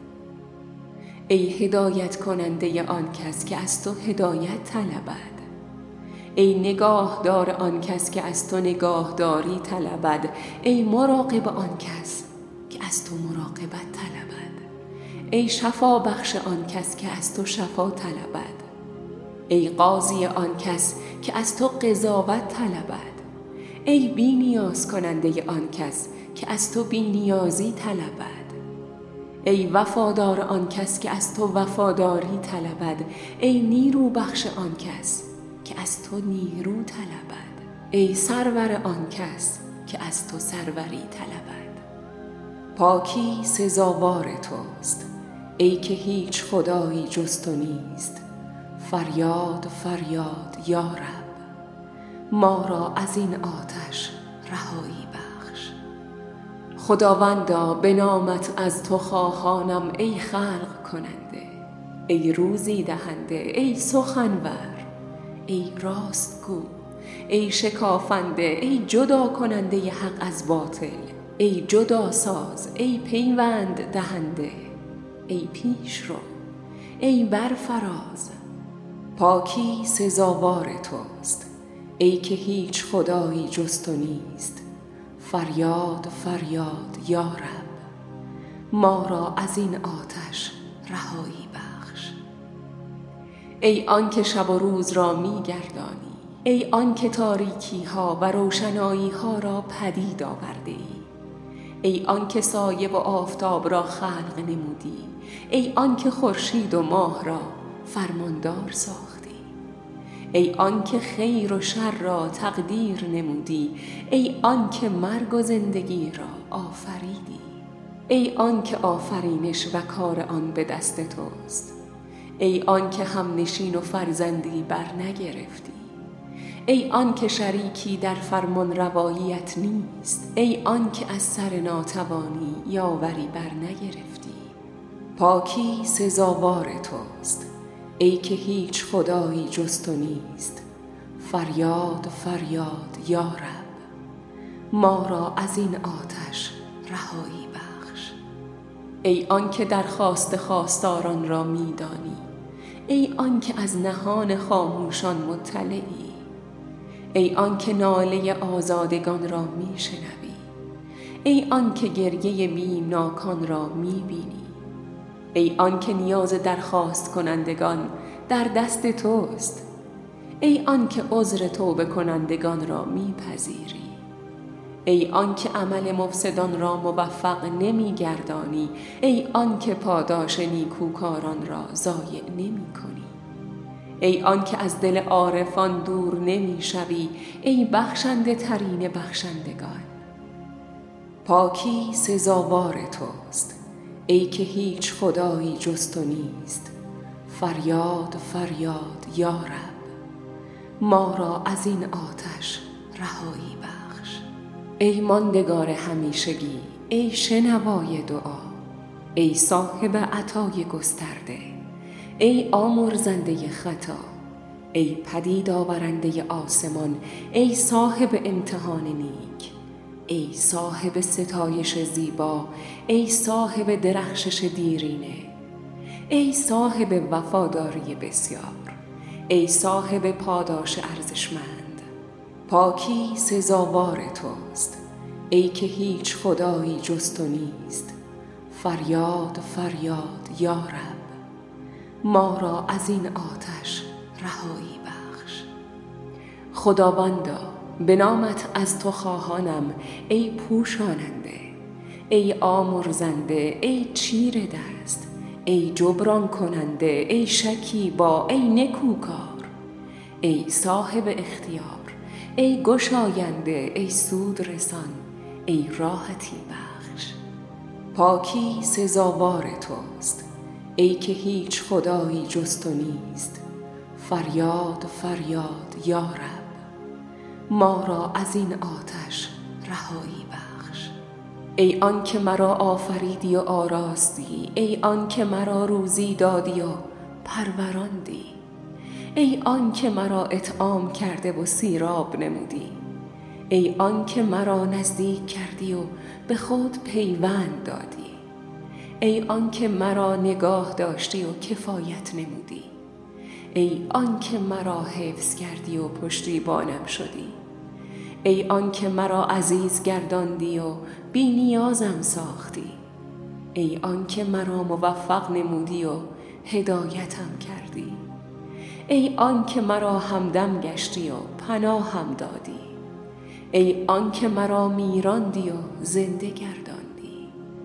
ای هدایت کننده آن کس که از تو هدایت طلبد، ای نگاهدار آن کس که از تو نگاهداری طلبد، ای مراقب آن کس که از تو مراقبت طلبد، ای شفا بخش آن کس که از تو شفا طلبد، ای قاضی آن کس که از تو قضاوت طلبد، ای بی نیاز کننده آن کس که از تو بی نیازی طلبد، ای وفادار آن کس که از تو وفاداری طلبد، ای نیرو بخش آن کس که از تو نیرو طلبد، ای سرور آن کس که از تو سروری طلبد. پاکی سزاوار توست ای که هیچ خدایی جز تو نیست. فریاد فریاد یا رب، ما را از این آتش رهایی بخش. خداوندا به نامت از تو خواهانم ای خلق کننده، ای روزی دهنده، ای سخنور، ای راستگو، ای شکافنده، ای جدا کننده حق از باطل، ای جدا ساز، ای پیوند دهنده، ای پیش رو، ای برفراز. پاکی سزاوار توست ای که هیچ خدایی جز تو نیست. فریاد فریاد یا رب، ما را از این آتش رهایی بخش. ای آن که شب و روز را می گردانی، ای آن که تاریکی ها و روشنایی ها را پدید آورده ای، ای آن که سایه و آفتاب را خلق نمودی، ای آن که خورشید و ماه را فرماندار ساختی، ای آن که خیر و شر را تقدیر نمودی، ای آن که مرگ و زندگی را آفریدی، ای آن که آفرینش و کار آن به دست توست، ای آن که هم نشین و فرزندی بر نگرفتی، ای آن که شریکی در فرمان رواییت نیست، ای آن که از سر ناتوانی یاوری بر نگرفتی. پاکی سزاوار توست ای که هیچ خدایی جز تو نیست. فریاد فریاد یا رب، ما را از این آتش رهایی بخش. ای آن که درخواست خواستاران را میدانی، ای آن که از نهان خاموشان مطلعی، ای آن که ناله آزادگان را میشنوی، ای آن که گریه بیمناکان را میبینی، ای آن که نیاز درخواست کنندگان در دست توست، ای آن که عذر توبه کنندگان را میپذیری، ای آن که عمل مفسدان را موفق نمیگردانی، ای آن که پاداش نیکوکاران را ضایع نمیکنی، ای آن که از دل عارفان دور نمیشوی، ای بخشنده ترین بخشندگان. پاکی سزاوار توست ای که هیچ خدایی جز تو نیست. فریاد فریاد یا رب، ما را از این آتش رهایی بخش. ای ماندگار همیشگی، ای شنوای دعا، ای صاحب عطای گسترده، ای آمرزنده خطا، ای پدید آورنده آسمان، ای صاحب امتحان نیک، ای صاحب ستایش زیبا، ای صاحب درخشش دیرینه، ای صاحب وفاداری بسیار، ای صاحب پاداش ارزشمند. پاکی سزاوار توست ای که هیچ خدایی جز تو نیست. فریاد فریاد یا رب، ما را از این آتش رهایی بخش. خداوندا، به نامت از تو خواهانم ای پوشاننده، ای آمرزنده، ای چیر دست، ای جبران کننده، ای شکیبا، ای نکوکار، ای صاحب اختیار، ای گشاینده، ای سود رسان، ای راحتی بخش. پاکی سزاوار توست ای که هیچ خدایی جز تو نیست. فریاد فریاد یا رب، ما را از این آتش رهایی بخش. ای آن که مرا آفریدی و آراستی، ای آن که مرا روزی دادی و پروراندی، ای آن که مرا اطعام کرده و سیراب نمودی، ای آن که مرا نزدیک کردی و به خود پیوند دادی، ای آن که مرا نگاه داشتی و کفایت نمودی، ای آن که مرا حفظ کردی و پشتیبانم شدی، ای آن که مرا عزیز گرداندی و بی نیازم ساختی، ای آن که مرا موفق نمودی و هدایتم کردی، ای آن که مرا همدم گشتی و پناهم دادی، ای آن که مرا میراندی و زنده گرداندی.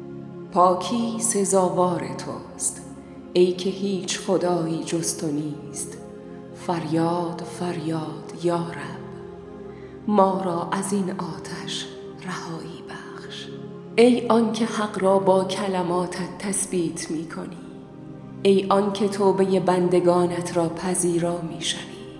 پاکی سزاوار توست ای که هیچ خدایی جز تو نیست. فریاد فریاد یا رب، ما را از این آتش رهایی بخش. ای آن که حق را با کلماتت تثبیت می کنی، ای آن که توبه بندگانت را پذیرا می شوی،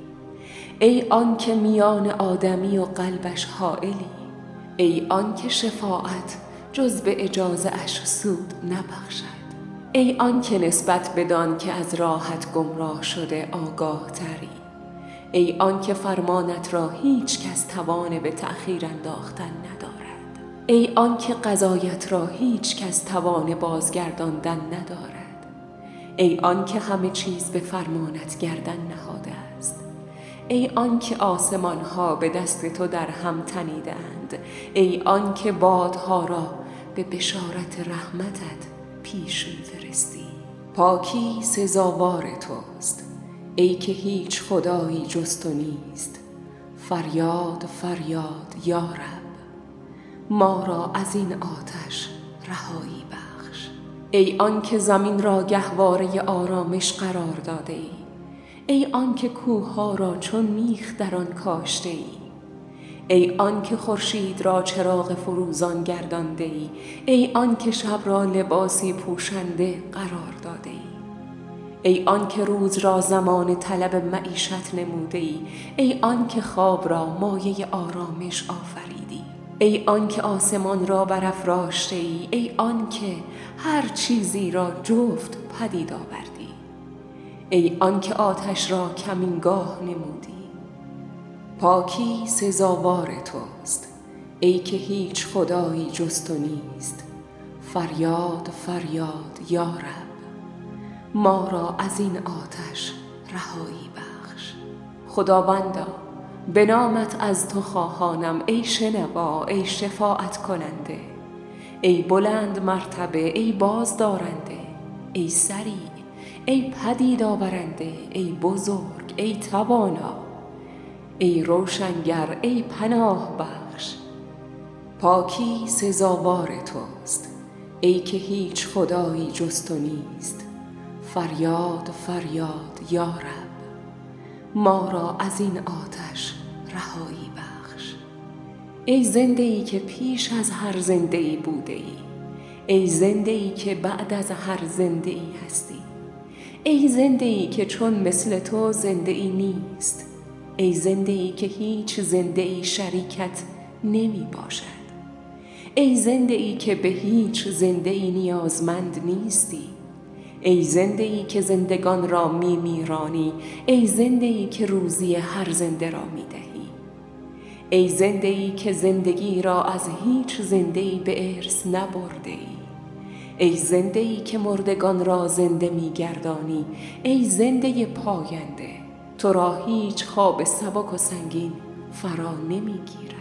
ای آن که میان آدمی و قلبش حائلی، ای آن که شفاعت جز به اجازه اش سود نبخشد، ای آن که نسبت بدان که از راحت گمراه شده آگاه تری، ای آن که فرمانت را هیچ کس توان به تأخیر انداختن ندارد، ای آن که قضایت را هیچ کس توان بازگرداندن ندارد، ای آن که همه چیز به فرمانت گردن نهاده است، ای آن که آسمان ها به دست تو در هم تنیدند، ای آن که بادها را به بشارت رحمتت پیش می‌فرستی. پاکی سزاوار توست ای که هیچ خدایی جز تو نیست. فریاد فریاد یا رب، ما را از این آتش رهایی بخش. ای آن که زمین را گهواره آرامش قرار داده ای، ای آن که کوه‌ها را چون میخ در آن کاشته ای، ای آن که خورشید را چراغ فروزان گردانده ای، ای آن که شب را لباسی پوشنده قرار داده ای، ای آن که روز را زمان طلب معیشت نموده ای، ای آن که خواب را مایه آرامش آفریدی، ای آن که آسمان را برافراشته ای، ای آن که هر چیزی را جفت پدید آوردی، ای آن که آتش را کمینگاه نمودی. پاکی سزاوار توست ای که هیچ خدایی جز تو نیست. فریاد فریاد یا رب، ما را از این آتش رهایی بخش. خداوندا به نامت از تو خواهانم، ای شنوا، ای شفاعت کننده، ای بلند مرتبه، ای بازدارنده، ای سریع، ای پدید آورنده، ای بزرگ، ای توانا، ای روشنگر، ای پناه بخش. پاکی سزاوار توست ای که هیچ خدایی جز تو نیست. فریاد فریاد یا رب، ما را از این آتش رهایی بخش. ای زنده ای که پیش از هر زنده ای بوده ای، ای زنده ای که بعد از هر زنده ای هستی، ای زنده ای که چون مثل تو زنده ای نیست، ای زنده ای که هیچ زنده ای شریکت نمی باشد، ای زنده ای که به هیچ زنده ای نیازمند نیستی، ای زنده ای که زندگان را می میرانی، ای زنده ای که روزی هر زنده را می دهی، ای زنده ای که زندگی را از هیچ زنده ای به ارث نبرده ای، ای زنده ای که مردگان را زنده می گردانی، ای زنده پاینده، تو را هیچ خواب سبک و سنگین فرا نمی گیرد.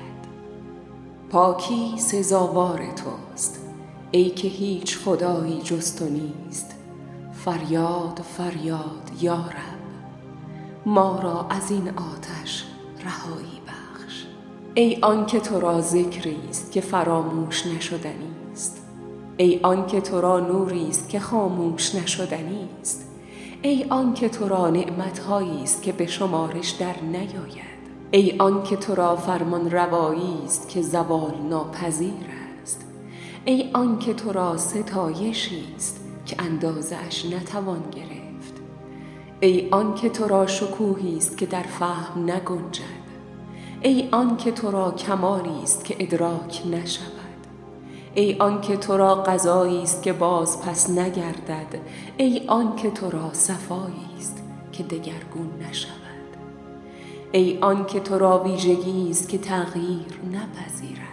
پاکی سزاوار توست ای که هیچ خدایی جز تو نیست. فریاد فریاد یا رب، ما را از این آتش رهایی بخش. ای آن که تو را ذکری است که فراموش نشدنی است، ای آن که تو را نوری است که خاموش نشدنی است، ای آن که تو را نعمت‌هایی است که به شمارش در نیاید، ای آن که تو را فرمان روایی است که زوال ناپذیر است، ای آن که تو را ستایشی است که اندازه‌اش نتوان گرفت، ای آن که تو را شکوهی است که در فهم نگنجد، ای آن که تو را کمالی است که ادراک نشود، ای آن که تو را قضایی است که باز پس نگردد، ای آن که تو را صفایی است که دگرگون نشود، ای آن که تو را ویژگی است که تغییر نپذیرد.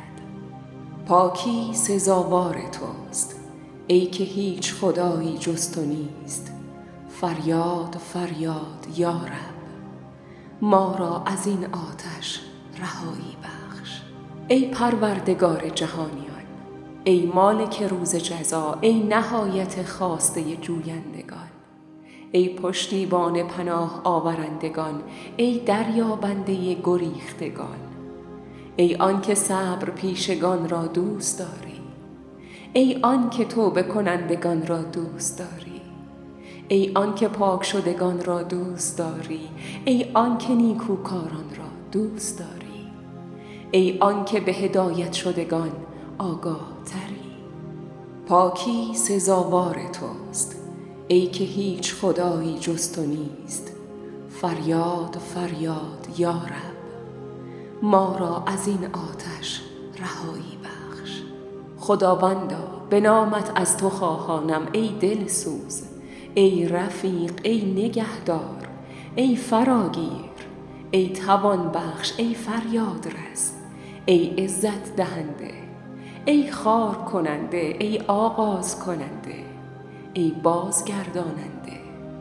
پاکی سزاوار توست ای که هیچ خدایی جز تو نیست. فریاد فریاد یا رب، ما را از این آتش رهایی بخش. ای پروردگار جهانیان، ای مالک روز جزا، ای نهایت خواسته جویندگان، ای پشتیبان پناه آورندگان، ای دریابنده گریختگان، ای آن که صبر پیشگان را دوست داری، ای آن که توبه کنندگان را دوست داری، ای آن که پاک شدگان را دوست داری، ای آن که نیکوکاران را دوست داری، ای آن که به هدایت شدگان آگاه تری. پاکی سزاوار توست ای که هیچ خدایی جز تو نیست. فریاد فریاد یا رب، ما را از این آتش رهایی بخش. خداوندا به نامت از تو خواهانم، ای دل سوز، ای رفیق، ای نگهدار، ای فراگیر، ای توان بخش، ای فریاد رس، ای عزت دهنده، ای خار کننده، ای آغاز کننده، ای بازگرداننده.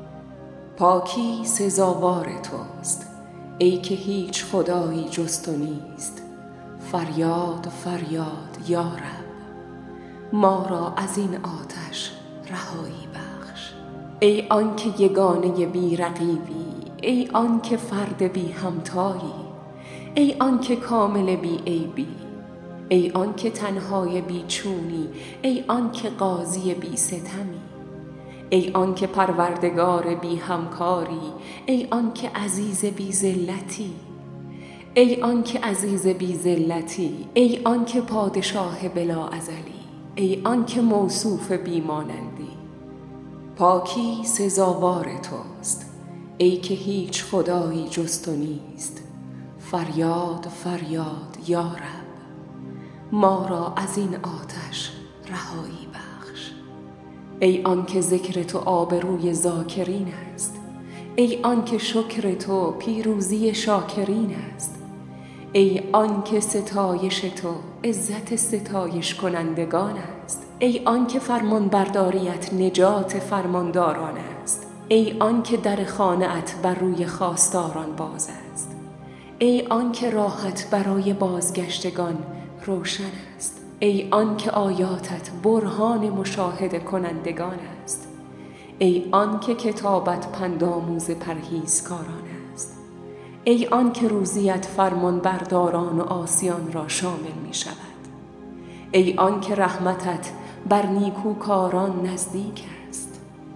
پاکی سزاوار توست ای که هیچ خدایی جز تو نیست. فریاد فریاد یا رب، ما را از این آتش رهایی بخش. ای آن که یگانه بی رقیبی، ای آن که فرد بی همتایی، ای آن که کامل بی عیبی، ای آن که تنهای بی چونی، ای آن که قاضی بی ستمی، ای آن که پروردگار بی همکاری، ای آن که عزیز بی ذلتی، ای آن که عزیز بی ذلتی، ای آن که پادشاه بلا ازلی، ای آن که موصوف بی مانندی. پاکی سزاوار توست ای که هیچ خدایی جز تو نیست. فریاد فریاد یا رب، ما را از این آتش رهایی بخش. ای آن که ذکر تو آبروی ذاکرین است، ای آن که شکر تو پیروزی شاکرین است، ای آن که ستایش تو عزت ستایش کنندگان است، ای آن که فرمان برداریت نجات فرمانداران است، ای آن که در خانه‌ات بر روی خواستاران باز است، ای آن که راحت برای بازگشتگان روشن است، ای آن که آیاتت برهان مشاهده کنندگان است، ای آن که کتابت پندآموز پرهیزکاران است، ای آن که روزیت فرمان برداران و عاصیان را شامل می شود، ای آن که رحمتت بر نیکوکاران نزدیک است.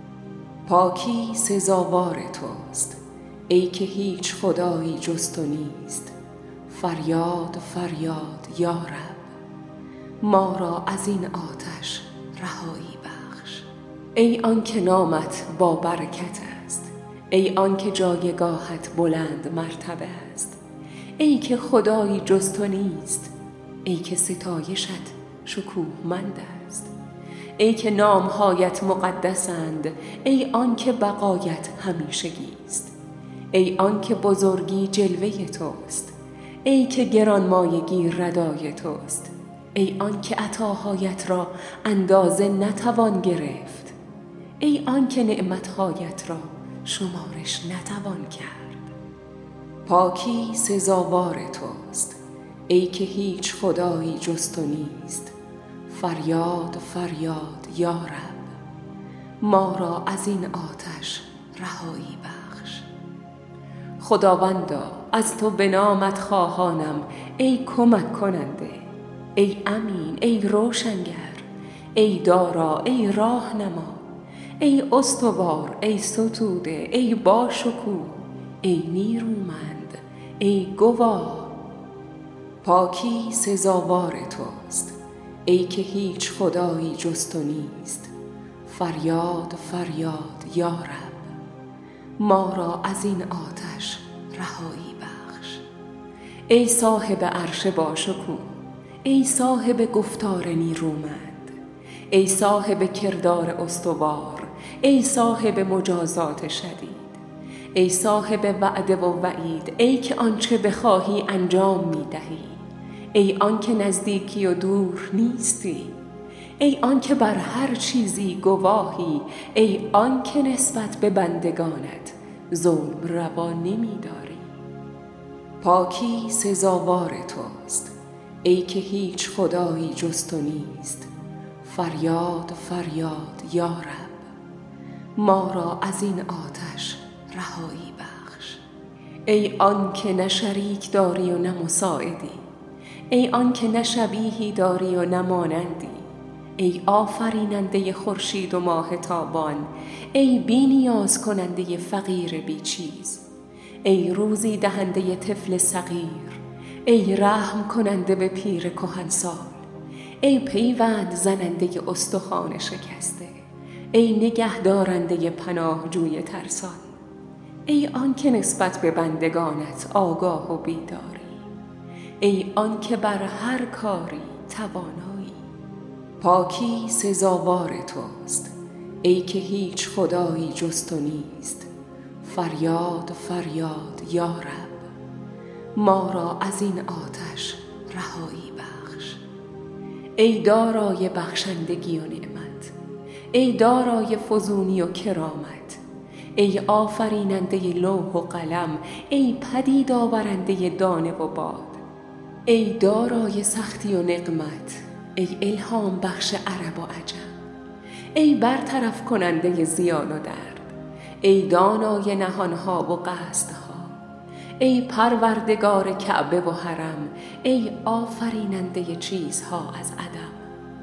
پاکی سزاوار توست ای که هیچ خدایی جز تو نیست. فریاد فریاد یا رب، ما را از این آتش رهایی بخش. ای آن که نامت با برکت است، ای آن که جایگاهت بلند مرتبه است، ای که خدایی جز تو نیست، ای که ستایشت شکوهمند است، ای که نامهایت مقدسند، ای آن که بقایت همیشگی است، ای آن که بزرگی جلوه توست، ای که گرانمایگی ردای توست، ای آن که عطاهایت را اندازه نتوان گرفت، ای آن که نعمتهایت را شمارش نتوان کرد. پاکی سزاوار توست ای که هیچ خدایی جز تو نیست. فریاد فریاد یا رب، ما را از این آتش رهایی بخش. خداوندا از تو به نامت خواهانم ای کمک کننده، ای امین، ای روشنگر، ای دارا، ای راهنما، ای استوار، ای ستوده، ای باشکوه، ای نیرومند، ای گواه. پاکی سزاوار توست ای که هیچ خدایی جز تو نیست. فریاد فریاد یا رب، ما را از این آتش رهایی بخش. ای صاحب عرش باشکوه، ای صاحب گفتار نیرومند، ای صاحب کردار استوار، ای صاحب مجازات شدید، ای صاحب وعده و وعید، ای که آنچه بخواهی انجام می دهی، ای آن که نزدیکی و دور نیستی، ای آن که بر هر چیزی گواهی، ای آن که نسبت به بندگانت ظلم روا نمی داری. پاکی سزاوار توست ای که هیچ خدایی جز تو نیست. فریاد فریاد یا رب، ما را از این آتش رهایی بخش. ای آن که نه شریک داری و نه مساعدی، ای آن که نه شبیهی داری و نه مانندی، ای آفریننده خورشید و ماه تابان، ای بی نیاز کننده فقیر بی چیز، ای روزی دهنده طفل صغیر، ای رحم کننده به پیر کهنسال، ای پیوند زننده استخوان شکسته، ای نگه دارنده پناهجوی ترسان، ای آن که نسبت به بندگانت آگاه و بیداری، ای آن که بر هر کاری توانایی. پاکی سزاوار توست ای که هیچ خدایی جز تو نیست. فریاد فریاد یا رب، ما را از این آتش رهایی بخش. ای دارای بخشندگی و نعمت، ای دارای فزونی و کرامت، ای آفریننده لوح و قلم، ای پدید آورنده دانه و باد، ای دارای سختی و نقمت، ای الهام بخش عرب و عجم، ای برطرف کننده زیان و درد، ای دانای نهانها و قصدها، ای پروردگار کعبه و حرم، ای آفریننده چیزها از عدم.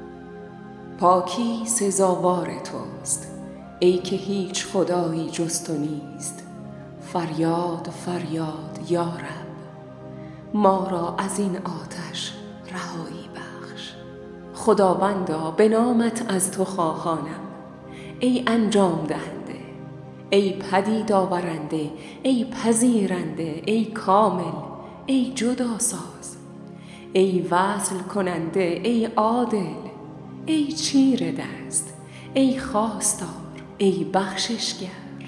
پاکی سزاوار توست ای که هیچ خدایی جز تو نیست. فریاد فریاد یا رب، ما را از این آتش رهایی بخش. خداوندا به نامت از تو خواهانم ای انجام دهنده، ای پدید آورنده، ای پذیرنده، ای کامل، ای جداساز، ای وصل کننده، ای عادل، ای چیره دست، ای خواستار، ای بخششگر.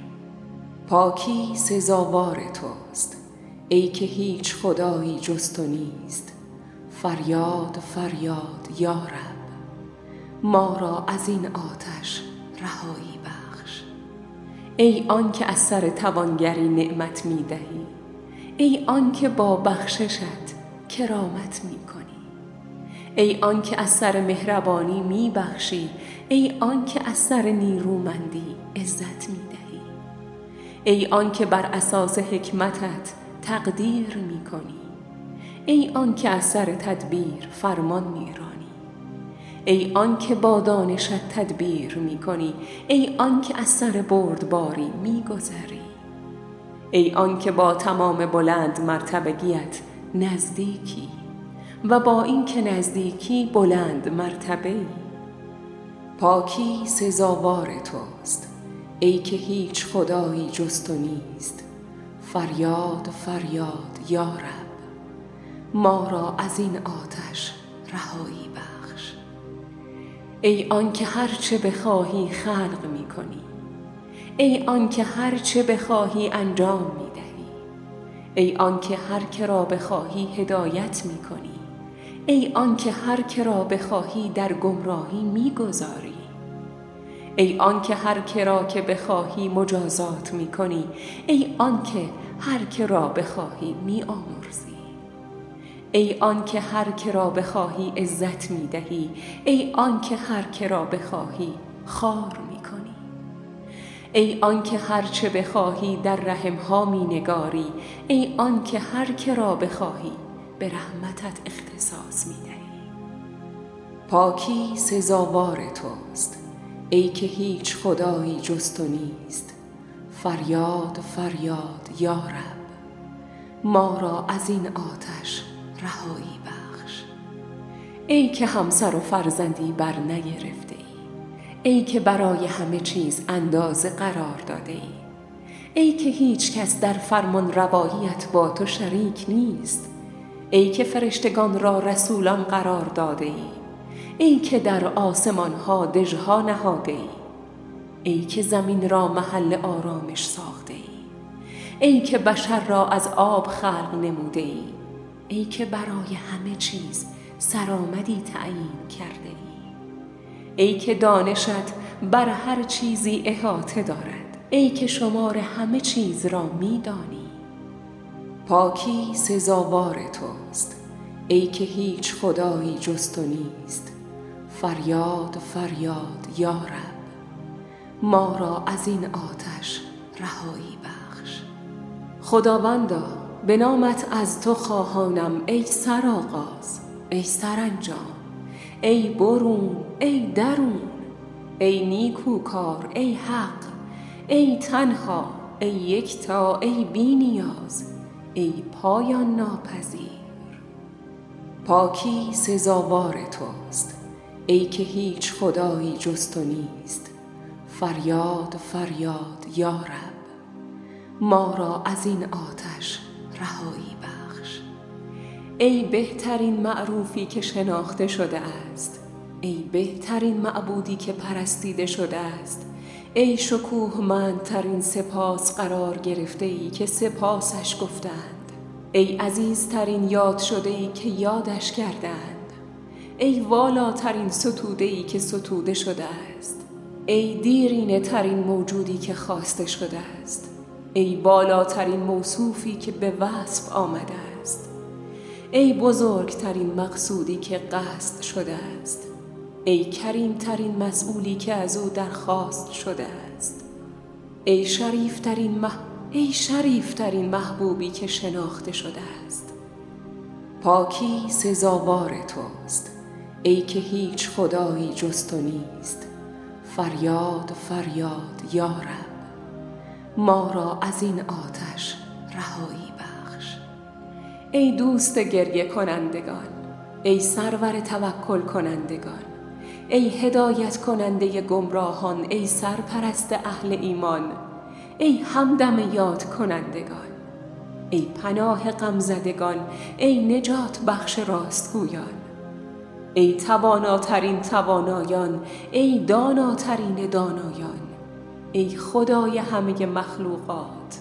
پاکی سزاوار توست، ای که هیچ خدایی جز تو نیست. فریاد فریاد یا رب، ما را از این آتش رهایی بخش. ای آن که از سر توانگری نعمت می دهی، ای آن که با بخششت کرامت می کنی، ای آن که از سر مهربانی می بخشی، ای آن که از سر نیرومندی عزت می دهی، ای آن که بر اساس حکمتت تقدیر می کنی، ای آن که از سر تدبیر فرمان می رانی، ای آن که با دانشت تدبیر می کنی، ای آن که از سر بردباری می گذری، ای آن که با تمام بلند مرتبگیت نزدیکی و با این که نزدیکی بلند مرتبه‌ای. پاکی سزاوار توست، ای که هیچ خدایی جز تو نیست. فریاد فریاد یا رب، ما را از این آتش رهایی بخش. ای آن که هر چه بخواهی خلق می کنی، ای آن که هر چه بخواهی انجام می دهی، ای آن که هر که را بخواهی هدایت می کنی، ای آن که هر که را بخواهی در گمراهی می گذاری، ای آن که هر که را که بخواهی مجازات می کنی، ای آن که هر که را بخواهی می آمرزی، ای آن که هر که را بخواهی عزت می دهی، ای آن که هر که را بخواهی خوار می کنی، ای آن که هر چه بخواهی در رحم ها می نگاری، ای آن که هر که را بخواهی به رحمتت اختصاص می دهی. پاکی سزاوار توست، ای که هیچ خدایی جز تو نیست. فریاد فریاد یا رب، ما را از این آتش رهایی بخش. ای که همسر و فرزندی بر نگرفته ای، ای که برای همه چیز اندازه قرار داده ای، ای که هیچ کس در فرمان رواییت با تو شریک نیست، ای که فرشتگان را رسولان قرار داده ای، ای که در آسمان ها دژها نهاده ای، ای که زمین را محل آرامش ساخته ای، ای که بشر را از آب خلق نموده ای، ای که برای همه چیز سرآمدی تعیین کرده ای، ای که دانشت بر هر چیزی احاطه دارد، ای که شمار همه چیز را می دانی. پاکی سزاوار توست، ای که هیچ خدایی جز تو نیست. فریاد فریاد یا رب، ما را از این آتش رهایی بخش. خداوندا به نامت از تو خواهانم ای سرآغاز، ای سرانجام، ای برون، ای درون، ای نیکوکار، ای حق، ای تنها، ای یکتا، ای بی نیاز، ای پایان ناپذیر. پاکی سزاوار توست، ای که هیچ خدایی جز تو نیست. فریاد فریاد یا رب، ما را از این آتش رهایی بخش. ای بهترین معروفی که شناخته شده است، ای بهترین معبودی که پرستیده شده است، ای شکوهمندترین سپاس قرار گرفته ای که سپاسش گفتند، ای عزیزترین یاد شده ای که یادش کردند، ای والاترین ستوده ای که ستوده شده است، ای دیرینه ترین موجودی که خواسته شده است، ای بالاترین موصوفی که به وصف آمده است، ای بزرگترین مقصودی که قصد شده است، ای کریمترین مسئولی که از او درخواست شده است، ای شریفترین مح... ای شریفترین محبوبی که شناخته شده است. پاکی سزاوار توست، ای که هیچ خدایی جز تو نیست. فریاد فریاد یا رب، ما را از این آتش رهایی بخش. ای دوست گریه کنندگان، ای سرور توکل کنندگان، ای هدایت کننده گمراهان، ای سرپرست اهل ایمان، ای همدم یاد کنندگان، ای پناه غمزدگان، ای نجات بخش راستگویان، ای تواناترین توانایان، ای داناترین دانایان، ای خدای همه مخلوقات.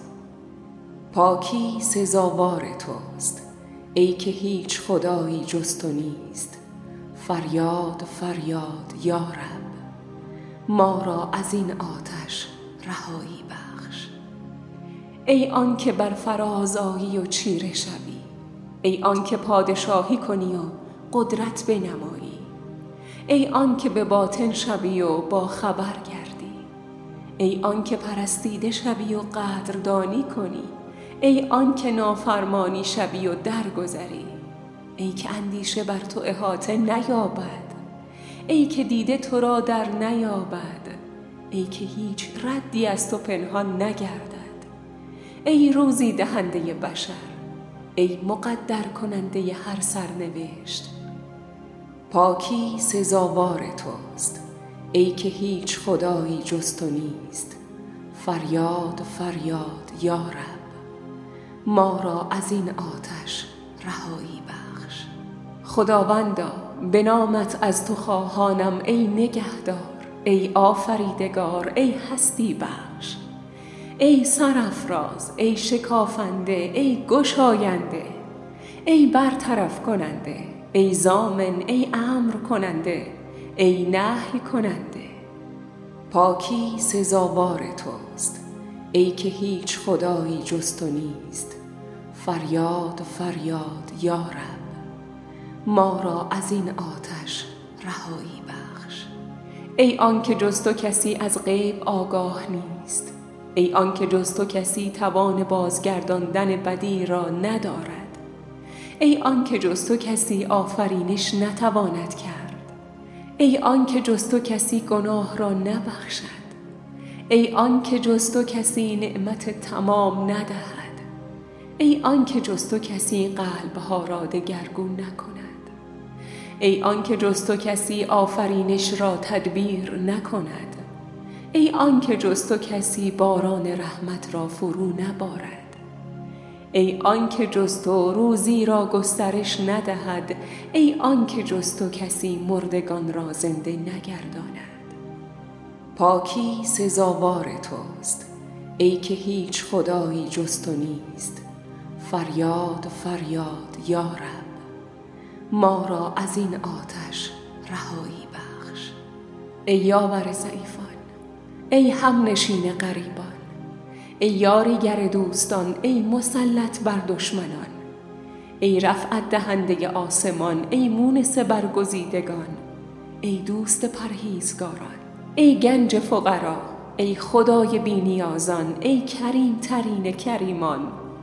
پاکی سزاوار توست، ای که هیچ خدایی جز تو نیست. فریاد فریاد یا رب، ما را از این آتش رهایی بخش. ای آن که بر فراز آیی و چیره شوی، ای آن که پادشاهی کنی و قدرت بنمایی، ای آن که به باطن شوی و با خبر گردی، ای آن که پرستیده شوی و قدردانی کنی، ای آن که نافرمانی شوی و درگذری، ای که اندیشه بر تو احاطه نیابد، ای که دیده تو را در نیابد، ای که هیچ ردی از تو پنهان نگردد، ای روزی دهنده بشر، ای مقدر کننده هر سرنوشت. پاکی سزاوار توست، ای که هیچ خدایی جز تو نیست. فریاد فریاد یا رب، ما را از این آتش رهایی بخش. خداوندا به نامت از تو خواهانم، ای نگهدار، ای آفریدگار، ای هستی بخش، ای سرافراز، ای شکافنده، ای گشاینده، ای برطرف کننده، ای ضامن، ای امر کننده، ای نهی کننده. پاکی سزاوار توست، ای که هیچ خدایی جز تو نیست. فریاد فریاد یا رب، ما را از این آتش رهایی بخش. ای آن که جز تو کسی از غیب آگاه نیست، ای آن که جز تو کسی توان بازگرداندن بدی را ندارد، ای آن که جز تو کسی آفرینش نتواند کرد، ای آن که جز تو کسی گناه را نبخشد، ای آن که جز تو کسی نعمت تمام ندهد، ای آن که جز تو کسی قلبها را دگرگون نکند، ای آن که جز تو کسی آفرینش را تدبیر نکند، ای آن که جز تو کسی باران رحمت را فرو نبارد، ای آن که جز تو روزی را گسترش ندهد، ای آن که جز تو کسی مردگان را زنده نگرداند. پاکی سزاوار توست، ای که هیچ خدایی جز تو نیست. فریاد فریاد یا رب، ما را از این آتش رهایی بخش. ای یاور ضعیفان، ای همنشین غریبان، ای یاریگر دوستان، ای مسلط بر دشمنان، ای رفعت دهنده آسمان، ای مونس برگزیدگان، ای دوست پرهیزگاران، ای گنج فقرا، ای خدای بی‌نیازان، ای کریم ترین کریمان.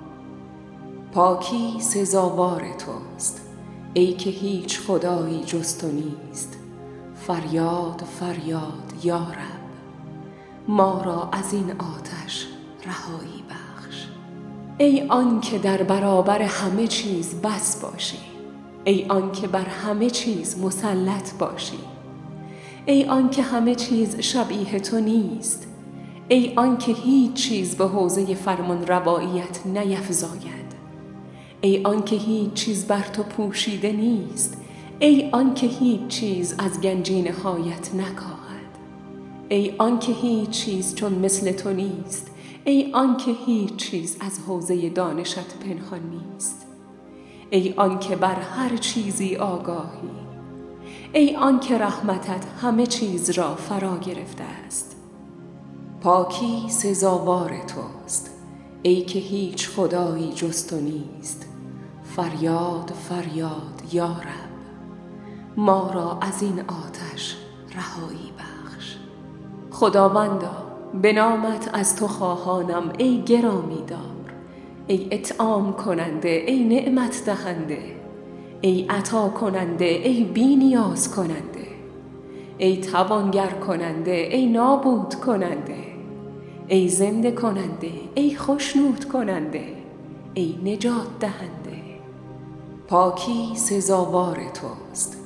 پاکی سزاوار توست، ای که هیچ خدایی جز تو نیست. فریاد فریاد یا رب، ما را از این آتش رهایی بخش. ای آن که در برابر همه چیز بس باشی، ای آن که بر همه چیز مسلط باشی، ای آن که همه چیز شبیه تو نیست، ای آن که هیچ چیز به حوزه فرمان رواییت نیفزاید، ای آن که هیچ چیز بر تو پوشیده نیست، ای آن که هیچ چیز از گنجینه هایت نکاهد، ای آن که هیچ چیز چون مثل تو نیست، ای آن که هیچ چیز از حوزه دانشت پنهان نیست، ای آن که بر هر چیزی آگاهی، ای آن که رحمتت همه چیز را فرا گرفته است. پاکی سزاوار توست، ای که هیچ خدایی جز تو نیست. فریاد فریاد یا رب، ما را از این آتش رهایی بخش. خداوندا به نامت از تو خواهانم، ای گرامی دار، ای اطعام کننده، ای نعمت دهنده، ای عطا کننده، ای بی نیاز کننده، ای توانگر کننده، ای نابود کننده، ای زنده کننده، ای خوشنود کننده، ای نجات دهنده. پاکی سزاوار توست،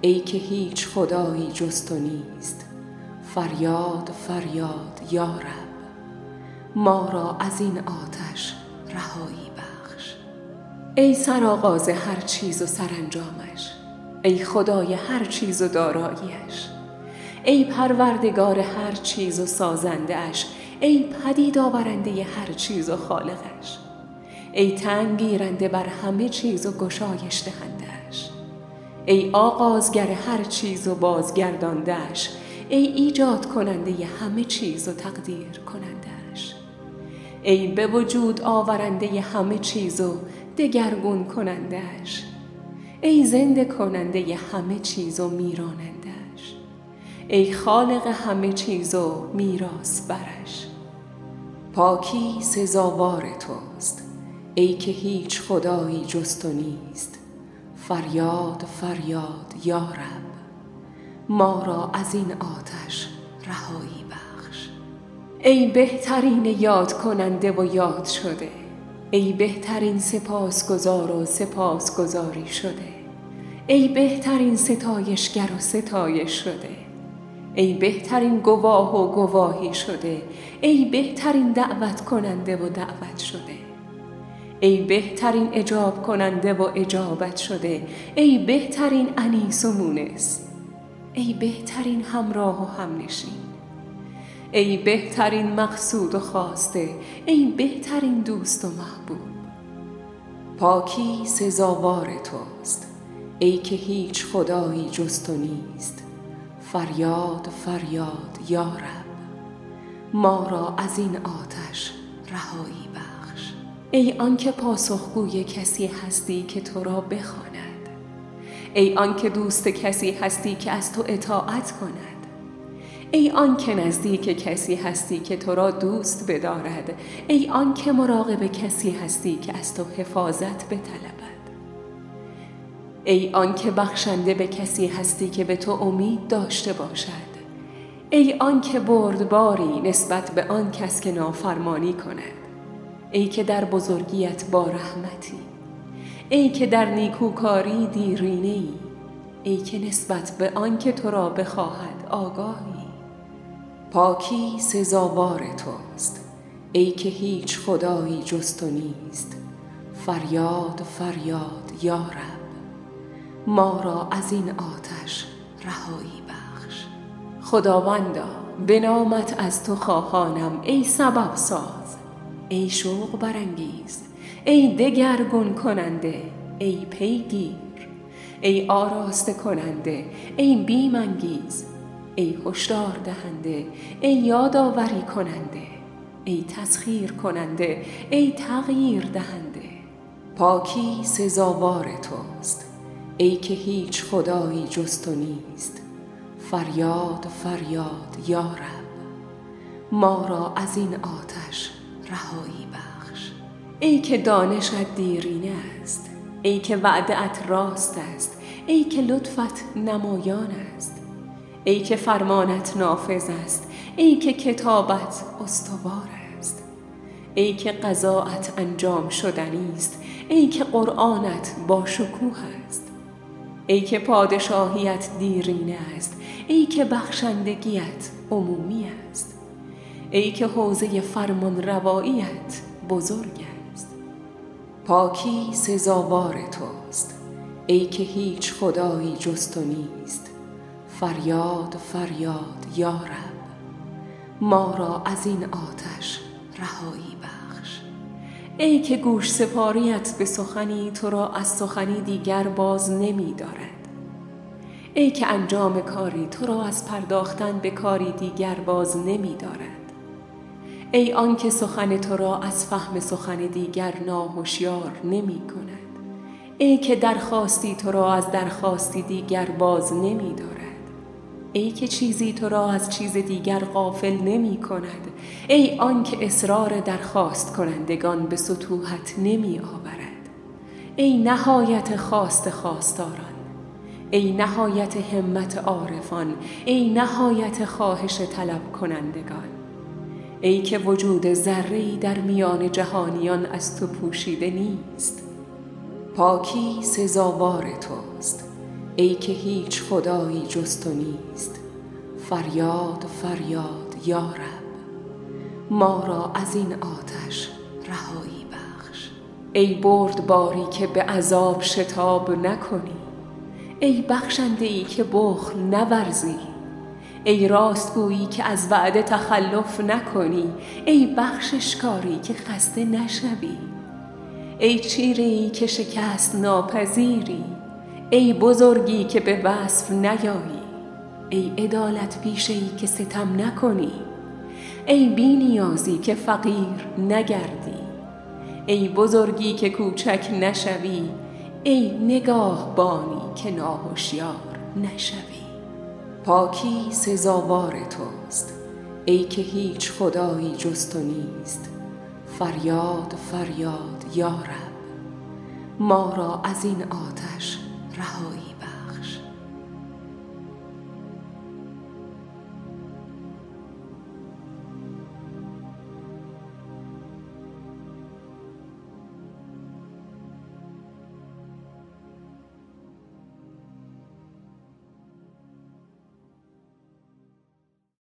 ای که هیچ خدایی جز تو نیست. فریاد فریاد یا رب، ما را از این آتش رهایی بخش. ای سرآغاز هر چیز و سرانجامش، ای خدای هر چیز و داراییش، ای پروردگار هر چیز و سازنده اش، ای پدید آورنده هر چیز و خالقش، ای تن گیرنده بر همه چیز و گشایش دهنده‌اش، ای آغازگر هر چیز و بازگردانده‌اش، ای ایجاد کننده همه چیز و تقدیر کننده‌اش، ای به وجود آورنده همه چیز و دگرگون کننده‌اش، ای زنده کننده همه چیز و میراننده‌اش، ای خالق همه چیز و میراث برش. پاکی سزاوار توست، ای که هیچ خدایی جز تو نیست. فریاد فریاد یا رب، ما را از این آتش رهایی بخش. ای بهترین یاد کننده و یاد شده، ای بهترین سپاسگزار و سپاسگزاری شده، ای بهترین ستایشگر و ستایش شده، ای بهترین گواه و گواهی شده، ای بهترین دعوت کننده و دعوت شده، ای بهترین اجاب کننده و اجابت شده، ای بهترین انیس و مونس، ای بهترین همراه و همنشین، ای بهترین مقصود و خواسته، ای بهترین دوست و محبوب. پاکی سزاوار توست، ای که هیچ خدایی جز تو نیست. فریاد فریاد یا رب، ما را از این آتش رهایی بخش. ای آنکه پاسخگوی کسی هستی که تو را بخواند، ای آنکه دوست کسی هستی که از تو اطاعت کند، ای آنکه نزدیک کسی هستی که تو را دوست بدارد، ای آنکه مراقب کسی هستی که از تو حفاظت بطلبد، ای آنکه بخشنده به کسی هستی که به تو امید داشته باشد، ای آنکه بردباری نسبت به آن کس که نافرمانی کند، ای که در بزرگیت با رحمتی، ای که در نیکوکاری دیرینه‌ای، ای که نسبت به آن که تو را بخواهد آگاهی. پاکی سزاوار توست، ای که هیچ خدایی جز تو نیست. فریاد فریاد یا رب، ما را از این آتش رهایی بخش. خداوندا به نامت از تو خواهانم، ای سبب ساز، ای شوق برانگیز، ای دگرگون کننده، ای پیگیر، ای آراسته کننده، ای بیم انگیز، ای هشدار دهنده، ای یادآوری کننده، ای تسخیر کننده، ای تغییر دهنده. پاکی سزاوار توست، ای که هیچ خدایی جز تو نیست. فریاد فریاد یا رب، ما را از این آتش رهایی بخش. ای که دانشت دیرینه است، ای که وعده‌ات راست است، ای که لطفت نمایان است، ای که فرمانت نافذ است، ای که کتابت استوار است، ای که قضاءت انجام شدنی است، ای که قرآنت با شکوه است، ای که پادشاهیت دیرینه است، ای که بخشندگیت عمومی است، ای که حوزه فرمان رواییت بزرگ است. پاکی سزاوار توست، ای که هیچ خدایی جز تو نیست. فریاد فریاد یا رب، ما را از این آتش رهایی بخش. ای که گوش سپاریت به سخنی تو را از سخنی دیگر باز نمی دارد، ای که انجام کاری تو را از پرداختن به کاری دیگر باز نمی دارد، ای آن که سخن تو را از فهم سخن دیگر ناهشیار نمی کند، ای که درخواستی تو را از درخواستی دیگر باز نمی دارد، ای که چیزی تو را از چیز دیگر غافل نمی کند، ای آن که اصرار درخواست کنندگان به ستوحت نمی آورد، ای نهایت خواست خواستاران، ای نهایت همت عارفان، ای نهایت خواهش طلب کنندگان، ای که وجود ذره‌ای در میان جهانیان از تو پوشیده نیست. پاکی سزاوار توست، ای که هیچ خدایی جز تو نیست. فریاد فریاد یا رب، ما را از این آتش رهایی بخش. ای بردباری که به عذاب شتاب نکنی، ای بخشنده ای که بخل نورزی، ای راستگویی که از وعده تخلف نکنی، ای بخششکاری که خسته نشوی، ای چیره ای که شکست ناپذیری، ای بزرگی که به وصف نیایی، ای عدالت پیشه ای که ستم نکنی، ای بی نیازی که فقیر نگردی، ای بزرگی که کوچک نشوی، ای نگاهبانی که ناهوشیار نشوی. پاکی سزاوار توست، ای که هیچ خدایی جز تو نیست. فریاد فریاد یا رب، ما را از این آتش رهایی